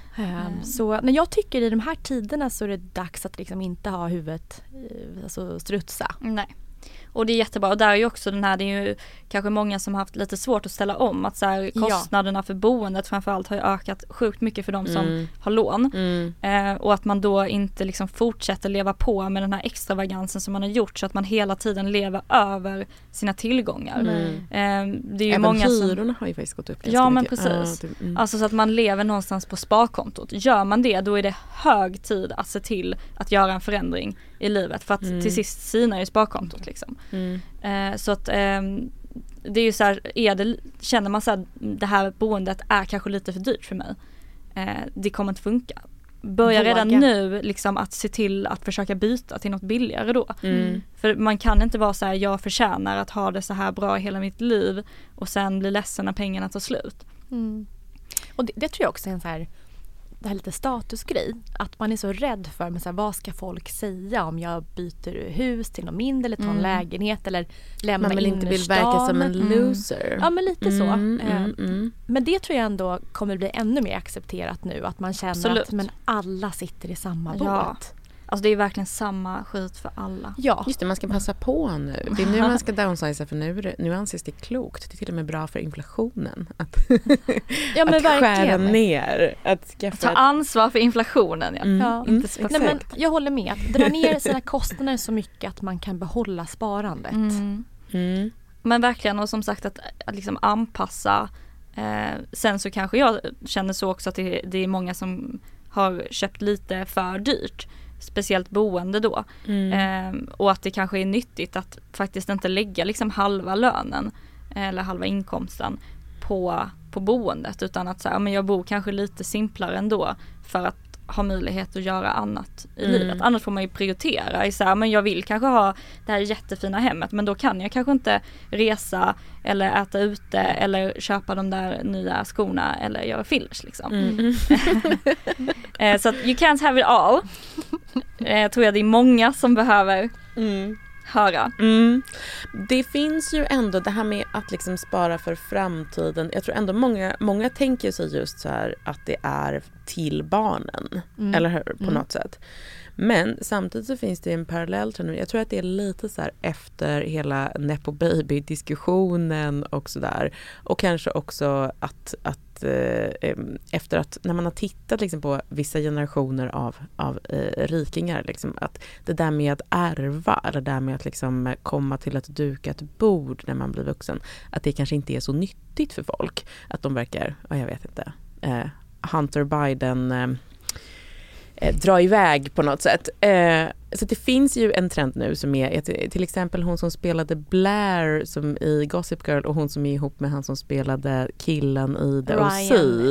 Så när jag tycker i de här tiderna så är det dags att liksom inte ha huvudet strutsa. Nej. Och det är jättebra. Och där är ju också det är ju kanske många som har haft lite svårt att ställa om. Att så här, kostnaderna för boendet framförallt har ju ökat sjukt mycket för de som har lån. Och att man då inte liksom fortsätter leva på med den här extravagansen som man har gjort, så att man hela tiden lever över sina tillgångar. Det är ju även många hyrorna har ju faktiskt gått upp. Ja, men precis. Alltså så att man lever någonstans på sparkontot. Gör man det, då är det hög tid att se till att göra en förändring i livet, för att till sist sinar ju sparkontot liksom. Så att det är ju så här, känner man så här, det här boendet är kanske lite för dyrt för mig, det kommer inte funka. Börja redan nu liksom att se till att försöka byta till något billigare då. För man kan inte vara så här, jag förtjänar att ha det så här bra hela mitt liv och sen bli ledsen när pengarna tar slut. Och det tror jag också är en så här, det här lite statusgrej, att man är så rädd för, men så här, vad ska folk säga om jag byter hus till något mindre eller tar en lägenhet eller lämnar man vill inte vill verka som en loser. Ja, men lite så. Men det tror jag ändå kommer bli ännu mer accepterat nu, att man känner att men alla sitter i samma båt. Alltså det är verkligen samma skit för alla. Ja. Just det, man ska passa på nu. Det är nu man ska downsiza, för nu anses det klokt. Det är till och med bra för inflationen. Att, att skära ner. Att ta ansvar för inflationen. Inte nej, men jag håller med. Att dra ner sina kostnader så mycket att man kan behålla sparandet. Men verkligen, och som sagt att liksom anpassa. Sen så kanske jag känner så också att det är många som har köpt lite för dyrt. Speciellt boende då. Och att det kanske är nyttigt att faktiskt inte lägga liksom halva lönen eller halva inkomsten på boendet, utan att så här, men jag bor kanske lite simplare ändå för att ha möjlighet att göra annat i livet. Annars får man ju prioritera i så här, men jag vill kanske ha det här jättefina hemmet, men då kan jag kanske inte resa eller äta ute eller köpa de där nya skorna eller göra fillers liksom. Så att you can't have it all. Tror jag det är många som behöver höra. Det finns ju ändå det här med att liksom spara för framtiden. Jag tror ändå många tänker sig just så här att det är till barnen, eller hur, på något sätt. Men samtidigt så finns det en parallell trend. Jag tror att det är lite så här efter hela Nepo Baby-diskussionen och sådär. Och kanske också att efter att när man har tittat liksom på vissa generationer av rikingar liksom, att det där med att ärva, eller det där med att liksom komma till att duka ett bord när man blir vuxen, att det kanske inte är så nyttigt för folk, att de verkar, jag vet inte, Hunter Biden dra iväg på något sätt. Så det finns ju en trend nu som är till exempel hon som spelade Blair som i Gossip Girl, och hon som är ihop med han som spelade killen i The OC.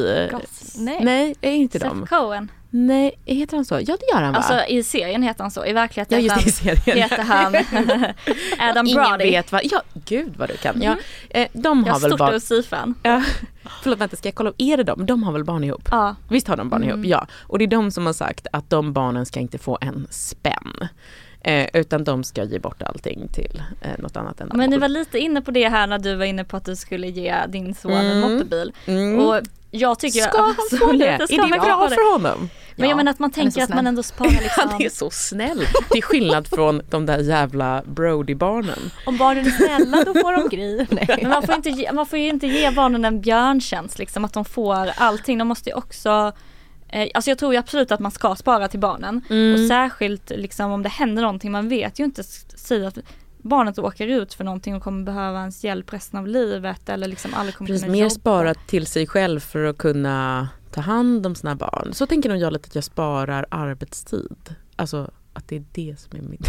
Nej, är inte Seth de. Cohen. Nej, heter han så? Ja, det gör han, va? Alltså i serien heter han så. I verkligheten heter han Adam Brody. Ingen vet vad. Ja, gud vad du kan. Ja, de har väl barn. OC-fan. Ja. Förlåt, vänta, ska jag kolla? Är det de? De har väl barn ihop? Ja. Visst har de barn ihop? Ja. Och det är de som har sagt att de barnen ska inte få en spänn. Utan de ska ge bort allting till något annat än. Men ni var lite inne på det här när du var inne på att du skulle ge din son en moppebil. Och jag tycker ska han få det? Är det bra för honom? Men jag menar att man tänker att man ändå sparar liksom. Han är så snäll. Det är skillnad från de där jävla Brody-barnen. Om barnen är snälla, då får de grejer. Men man får ju inte ge barnen en björntjänst liksom, att de får allting. De måste ju också alltså jag tror ju absolut att man ska spara till barnen. Och särskilt liksom om det händer någonting, man vet ju inte säga att barnet åker ut för någonting och kommer behöva ens hjälp resten av livet eller liksom aldrig kommer kunna mer jobba. Spara till sig själv för att kunna ta hand om sina barn. Så tänker nog jag lite att jag sparar arbetstid. Alltså att det är det som är mitt.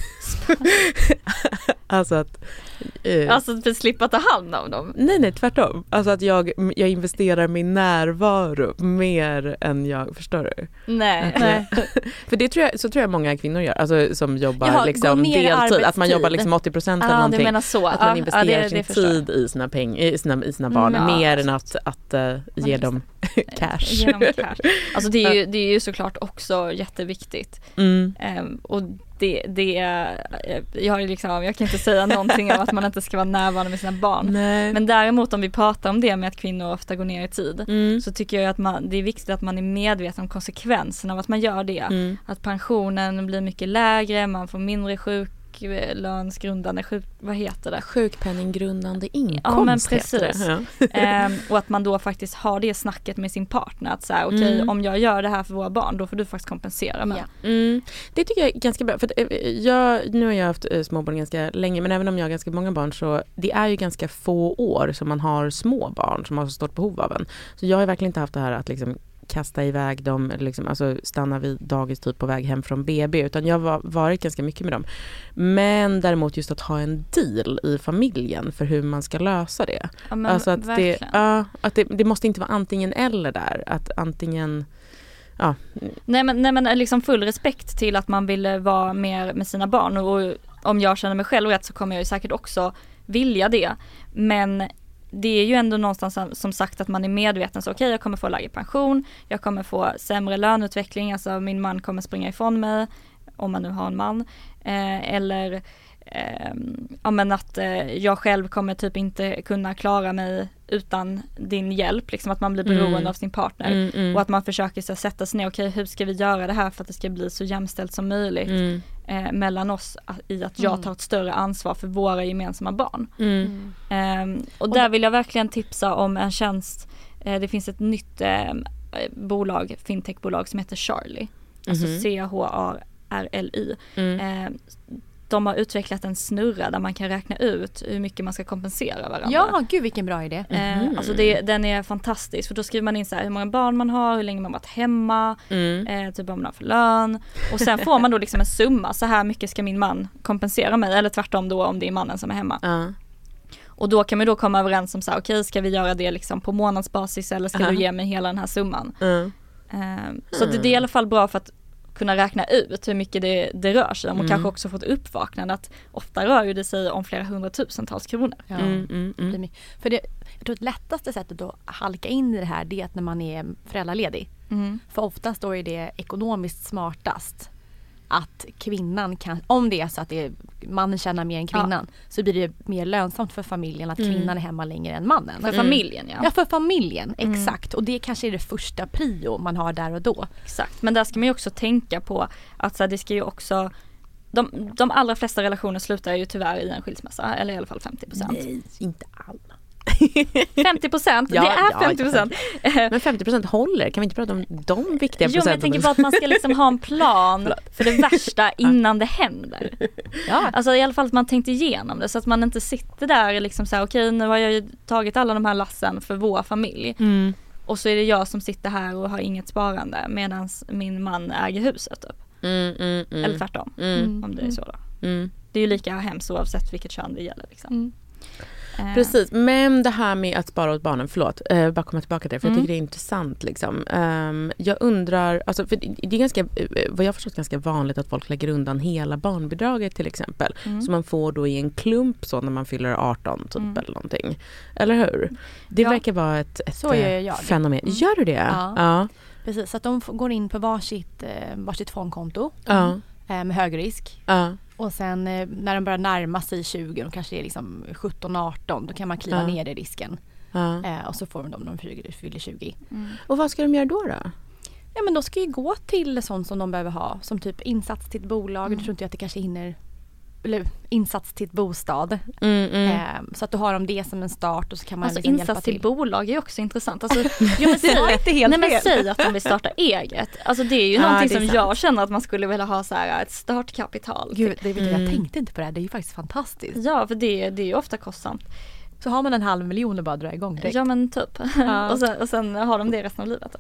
Alltså att att slippa ta hand om dem. Nej, tvärtom. Alltså att jag investerar min närvaro mer än jag förstår. Nej. För det tror jag många kvinnor gör, alltså som jobbar liksom deltid, att man jobbar liksom 80% eller någonting. Du menar så. Att man investerar sin tid i sina pengar, i sina barn mer än att ge dem cash. Alltså det är ju såklart också jätteviktigt. Och det är jag kan inte säga någonting om att man inte ska vara närvarande med sina barn. Nej. Men däremot om vi pratar om det med att kvinnor ofta går ner i tid, så tycker jag att det är viktigt att man är medveten om konsekvenserna av att man gör det. Att pensionen blir mycket lägre, man får mindre sjuklönsgrundande vad heter det? Sjukpenninggrundande inkomst. Ja, men precis. Och att man då faktiskt har det snacket med sin partner att säga okej, om jag gör det här för våra barn, då får du faktiskt kompensera mig. Det tycker jag är ganska bra, för nu har jag haft småbarn ganska länge, men även om jag har ganska många barn, så det är ju ganska få år som man har små barn som har så stort behov av en. Så jag har verkligen inte haft det här att liksom kasta iväg dem, liksom, alltså stanna vid dagis typ på väg hem från BB, utan jag har varit ganska mycket med dem. Men däremot just att ha en deal i familjen för hur man ska lösa det. Ja, men alltså att det måste inte vara antingen eller där, att antingen Nej men liksom full respekt till att man vill vara mer med sina barn, och om jag känner mig själv rätt så kommer jag ju säkert också vilja det, men det är ju ändå någonstans som sagt att man är medveten så okej, jag kommer få lägre pension, jag kommer få sämre löneutveckling, alltså min man kommer springa ifrån mig om man nu har en man, eller men att jag själv kommer typ inte kunna klara mig utan din hjälp, liksom att man blir beroende av sin partner, och att man försöker så sätta sig ner, okej, hur ska vi göra det här för att det ska bli så jämställt som möjligt mellan oss, i att jag tar ett större ansvar för våra gemensamma barn. Och där vill jag verkligen tipsa om en tjänst. Det finns ett nytt fintechbolag som heter Charlie, alltså CHARLY. De har utvecklat en snurra där man kan räkna ut hur mycket man ska kompensera varandra. Ja, gud vilken bra idé. Alltså den är fantastisk, för då skriver man in så här, hur många barn man har, hur länge man varit hemma, typ om man har för lön. Och sen får man då liksom en summa, så här mycket ska min man kompensera mig, eller tvärtom då om det är mannen som är hemma. Och då kan man då komma överens om så här, okej, ska vi göra det liksom på månadsbasis, eller ska du ge mig hela den här summan? Så det är i alla fall bra för att kunna räkna ut hur mycket det rör sig om, och kanske också få ett uppvaknande att ofta rör ju det sig om flera hundratusentals kronor. För jag tror att lättaste sättet att halka in i det här, det är att när man är föräldraledig. För oftast då är det ekonomiskt smartast att kvinnan kan, om det är så att det är mannen tjänar mer än kvinnan, så blir det mer lönsamt för familjen att kvinnan är hemma längre än mannen. För familjen, ja. Ja, för familjen, exakt. Och det kanske är det första prio man har där och då. Exakt, men där ska man ju också tänka på att så här, det ska ju också... De allra flesta relationer slutar ju tyvärr i en skilsmässa, eller i alla fall 50%. Nej, inte alla. 50%, det är 50%. Men 50% håller, kan vi inte prata om de viktiga procenten? Jo, men jag tänker bara att man ska liksom ha en plan för det värsta innan det händer. Ja. Alltså i alla fall att man tänkte igenom det, så att man inte sitter där liksom så här, okej, nu har jag ju tagit alla de här lassen för vår familj. Och så är det jag som sitter här och har inget sparande medan min man äger huset typ. Eller tvärtom, om det är så då. Det är ju lika hemskt oavsett vilket kön det gäller liksom. Precis, men det här med att spara åt barnen, bara komma tillbaka till det, för jag tycker det är intressant liksom. Jag undrar, alltså, för det är ganska, vad jag förstått, ganska vanligt att folk lägger undan hela barnbidraget till exempel, så man får då i en klump så när man fyller 18 typ eller någonting, eller hur? Det verkar vara ett så gör jag. Fenomen. Gör du det? Ja. Precis, så att de går in på varsitt fondkonto med hög risk. Och sen när de börjar närma sig 20, de kanske är liksom 17-18, då kan man kliva ner i risken. Och så får de dem när de fyller 20. Och vad ska de göra då? Ja, men då ska ju gå till sånt som de behöver ha, som typ insats till ett bolag. Jag tror inte att det kanske hinner, eller insats till ett bostad. Så att då har de det som en start, och så kan man alltså liksom insats till bolag är också intressant. Alltså, säg att de vill starta eget. Alltså det är ju någonting som jag känner att man skulle vilja ha så här, ett startkapital. Gud, jag tänkte inte på det. Det är ju faktiskt fantastiskt. Ja, för det är ju ofta kostsamt. Så har man 500 000 och bara dra igång direkt. Ja, men typ. Och sen har de det resten av livet.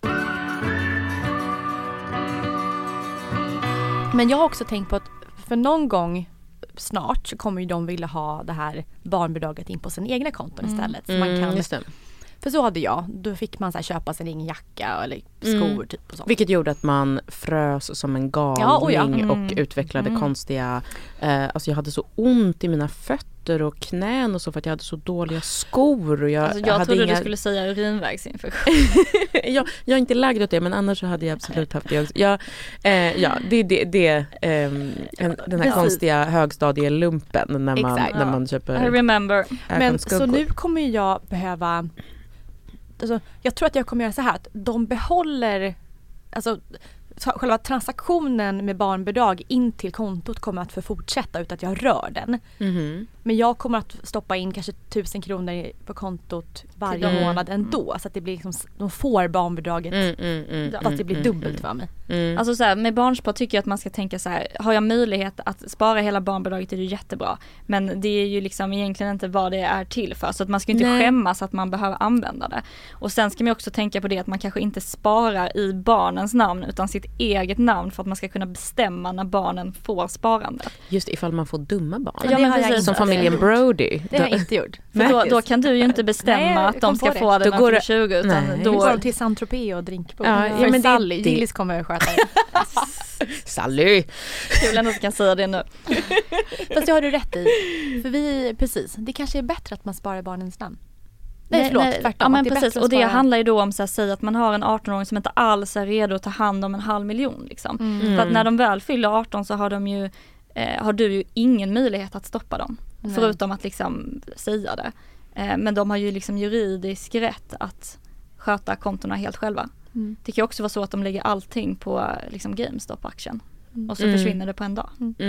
Men jag har också tänkt på att för någon gång snart så kommer ju de vilja ha det här barnbidraget in på sin egna konton istället. Så man kan, just det. För så hade jag. Då fick man så här köpa sin egen jacka eller skor typ och sånt. Vilket gjorde att man frös som en galning och utvecklade konstiga... alltså jag hade så ont i mina fötter och knän och så, för att jag hade så dåliga skor. Och jag hade trodde du skulle säga urinvägsinfektion. jag är inte lagd åt det, men annars så hade jag absolut haft det. Den här konstiga högstadielumpen när man köper... I remember. Men så nu kommer jag behöva... Alltså, jag tror att jag kommer göra så här, att de behåller, alltså själva transaktionen med barnbidrag in till kontot kommer att få fortsätta utan att jag rör den. Men jag kommer att stoppa in kanske 1000 kronor på kontot varje månad ändå, så att det blir liksom, de får barnbidraget fast det blir dubbelt för mig. Alltså så här, med barnspar tycker jag att man ska tänka så här, har jag möjlighet att spara hela barnbidraget är det jättebra, men det är ju liksom egentligen inte vad det är till för, så att man ska inte skämmas att man behöver använda det. Och sen ska man också tänka på det att man kanske inte sparar i barnens namn utan sitt eget namn, för att man ska kunna bestämma när barnen får sparandet. Just ifall man får dumma barn. Ja, men precis, som familjen Brody. Det har jag inte gjort. För då kan du ju inte bestämma att de ska få det när de är 20, utan då går de till Saint-Tropez och drinkbord. Ja, men Sally, Gillis kommer att sköta det. Sally! Kul ändå kan säga det nu. Fast det har du rätt i. För det kanske är bättre att man sparar barnens namn. Nej, tvärtom. Ja, men precis. Och det handlar ju då om att säga att man har en 18-åring som inte alls är redo att ta hand om 500 000 liksom. För att när de väl fyller 18 så har du ju ingen möjlighet att stoppa dem. Förutom att liksom säga det. Men de har ju liksom juridisk rätt att sköta kontona helt själva. Det kan ju också vara så att de lägger allting på liksom GameStop-aktien. Och så försvinner det på en dag.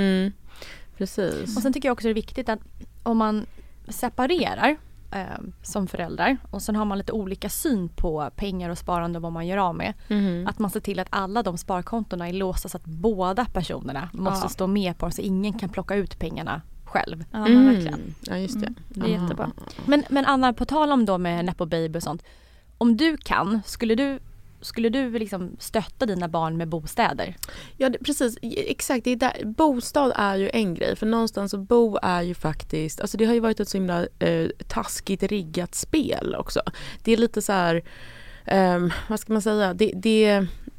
Precis. Och sen tycker jag också det är viktigt att om man separerar som föräldrar och sen har man lite olika syn på pengar och sparande och vad man gör av med. Att man ser till att alla de sparkontona är låsta så att båda personerna måste stå med på dem, så ingen kan plocka ut pengarna själv. Ja, men verkligen. Ja, just det. Det är jättebra. Men Anna, på tal om då med Nepo Baby och sånt. Om du kan, skulle du liksom stötta dina barn med bostäder? Ja, precis. Exakt. Det är där. Bostad är ju en grej. För någonstans att bo är ju faktiskt... Alltså det har ju varit ett så himla taskigt riggat spel också. Det är lite så här... vad ska man säga? Det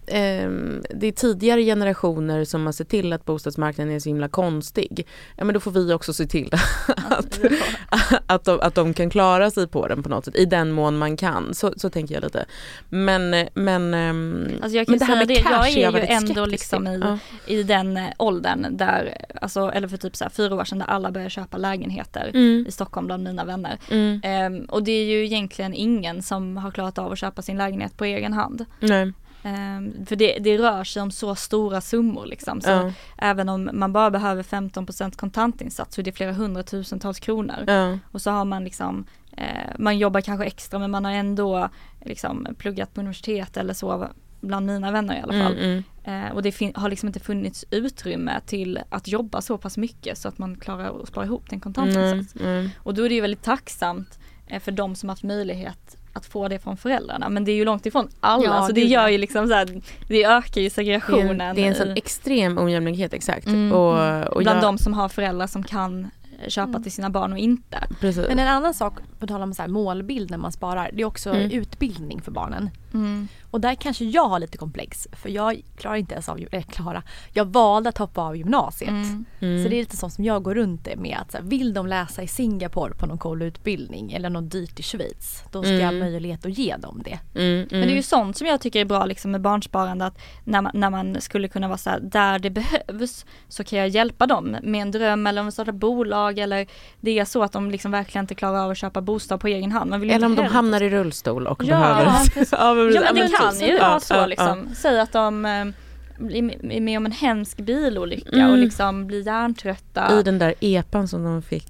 är tidigare generationer som har sett till att bostadsmarknaden är så himla konstig. Ja, men då får vi också se till att de kan klara sig på den på något sätt i den mån man kan, så tänker jag lite. Men alltså jag kan säga det, jag är ju ändå liksom i den åldern där, alltså, eller för typ så här 4 år sedan, där alla börjar köpa lägenheter i Stockholm bland mina vänner. Och det är ju egentligen ingen som har klarat av att köpa sin lägenhet på egen hand. Nej. För det rör sig om så stora summor liksom. Så även om man bara behöver 15% kontantinsats, så är det flera 100,000-tals kronor. Och så har man liksom man jobbar kanske extra, men man har ändå liksom pluggat på universitet eller så, bland mina vänner i alla fall. Och det har liksom inte funnits utrymme till att jobba så pass mycket så att man klarar att spara ihop den kontantinsats. Och då är det ju väldigt tacksamt för de som har haft möjlighet att få det från föräldrarna, men det är ju långt ifrån alla, så alltså det gör ju liksom så här, det ökar ju segregationen. Det är en sån extrem ojämlikhet, exakt. Och bland de som har föräldrar som kan köpa till sina barn och inte. Precis. Men en annan sak, på tal om så här målbild när man sparar, det är också utbildning för barnen. Och där kanske jag har lite komplex, för jag klarar inte ens av jag valde att hoppa av gymnasiet. Så det är lite sånt som jag går runt det med, att så här, vill de läsa i Singapore på någon cool utbildning eller något dyrt i Schweiz, då ska jag ha möjlighet att ge dem det. Men det är ju sånt som jag tycker är bra liksom med barnsparande, att när man skulle kunna vara så här, där det behövs så kan jag hjälpa dem med en dröm, eller om vi startar bolag, eller det är så att de liksom verkligen inte klarar av att köpa bostad på egen hand. Man vill eller om de hamnar i rullstol och behöver men det kan ju vara så liksom. Säg att de är med om en hemsk bilolycka och liksom blir hjärntrötta. I den där epan som de fick.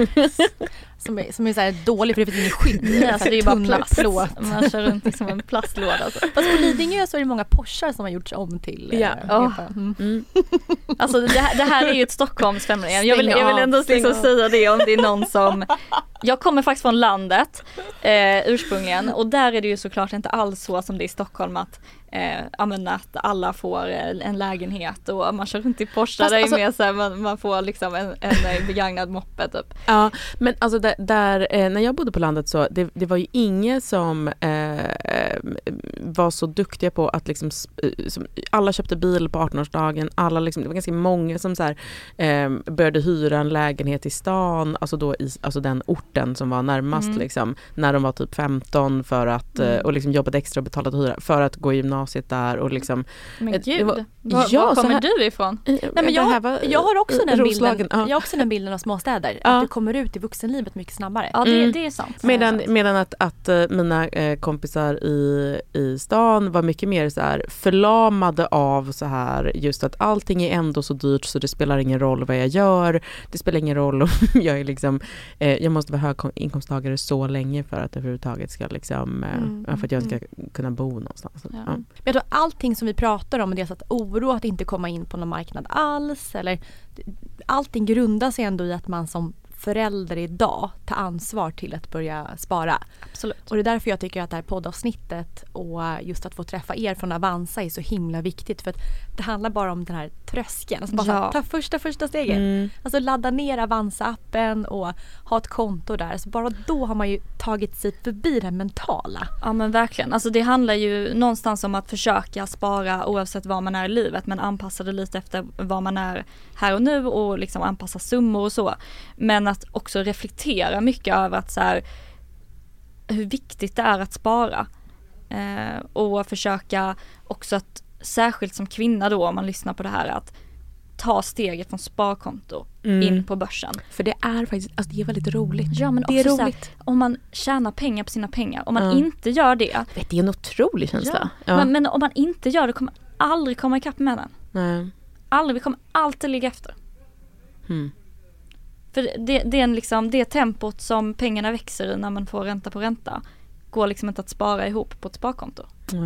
Som är så här dålig, för det finns ingen skydd. Nej, alltså det är bara plast. Man kör runt liksom en plastlåda. Alltså. Fast på Lidingö så är det många Porschar som har gjorts om till Alltså det här är ju ett Stockholmsfenomen. Jag vill ändå liksom säga det, om det är någon som... Jag kommer faktiskt från landet ursprungligen, och där är det ju såklart inte alls så som det är i Stockholm, att att alla får en lägenhet och man kör runt i Porsche. Där alltså, är med så här, man får liksom en begagnad moppe typ. Ja, men alltså där när jag bodde på landet, så det var ju ingen som var så duktiga på att liksom, alla köpte bil på 18-årsdagen, alla liksom, det var ganska många som så här, började hyra en lägenhet i stan, alltså då alltså den orten som var närmast liksom, när de var typ 15, för att och liksom jobbat extra och betalat hyra för att gå i gymnasiet där, och liksom. Men gud, var kommer du ifrån? Nej, men jag har också den bilden. Jag har också den bilden av småstäder, att du kommer ut i vuxenlivet mycket snabbare. Ja, det är sant. Medan att mina kompisar i stan var mycket mer så här förlamade av så här, just att allting är ändå så dyrt så det spelar ingen roll vad jag gör. Det spelar ingen roll om jag är liksom jag måste vara höginkomsttagare så länge för att överhuvudtaget ska liksom för att jag ska kunna bo någonstans. Ja. Men jag tror allting som vi pratar om, det är så att oro att inte komma in på någon marknad alls, eller allting grundar sig ändå i att man som förälder idag tar ansvar till att börja spara. Absolut. Och det är därför jag tycker att det här poddavsnittet och just att få träffa er från Avanza är så himla viktigt, för att det handlar bara om den här tröskeln. Alltså bara ta första steget. Alltså ladda ner Avanza-appen och ha ett konto där. Så bara då har man ju tagit sig förbi det mentala. Ja, men verkligen. Alltså det handlar ju någonstans om att försöka spara oavsett var man är i livet, men anpassa det lite efter var man är här och nu, och liksom anpassa summor och så. Men att också reflektera mycket över att så här, hur viktigt det är att spara. Och försöka också att, särskilt som kvinna då, om man lyssnar på det här, att ta steget från sparkonto in på börsen. För det är faktiskt, alltså det är väldigt roligt. Ja, men det är roligt. Här, om man tjänar pengar på sina pengar, om man inte gör det. Det är en otrolig känsla. Ja. Men om man inte gör det, kommer aldrig komma ikapp med den. Nej. Aldrig, vi kommer alltid ligga efter. För det är liksom det tempot som pengarna växer i när man får ränta på ränta, går liksom inte att spara ihop på ett sparkonto.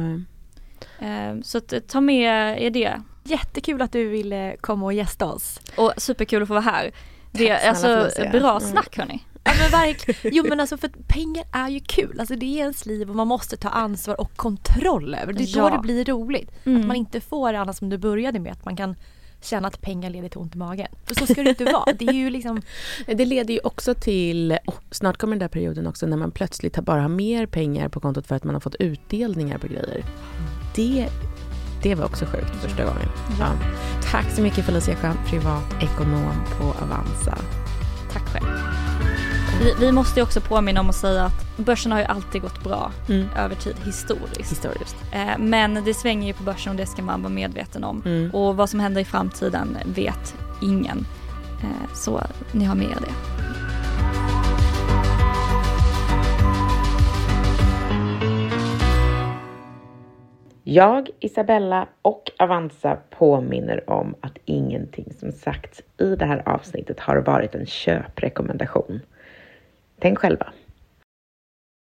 Så att, ta med är det. Jättekul att du ville komma och gästa oss. Och superkul att få vara här. Det är alltså bra snack, hörni. Ja, men verkligen. Jo, men alltså, för pengar är ju kul. Alltså det är ens liv och man måste ta ansvar och kontroll över. Det är då det blir roligt. Att man inte får annat som du började med, att man kan känna att pengar leder till ont i magen. För så ska det inte vara. Det är ju liksom... Det leder ju också till, snart kommer den där perioden också när man plötsligt bara har mer pengar på kontot för att man har fått utdelningar på grejer. Det var också sjukt första gången. Ja. Tack så mycket, Felicia Scham, privatekonom på Avanza. Tack själv. Vi måste ju också påminna om att säga att börsen har ju alltid gått bra över tid historiskt. Men det svänger ju på börsen och det ska man vara medveten om. Och vad som händer i framtiden vet ingen. Så ni har med er det. Jag, Isabella och Avanza påminner om att ingenting som sagts i det här avsnittet har varit en köprekommendation. Tänk själva.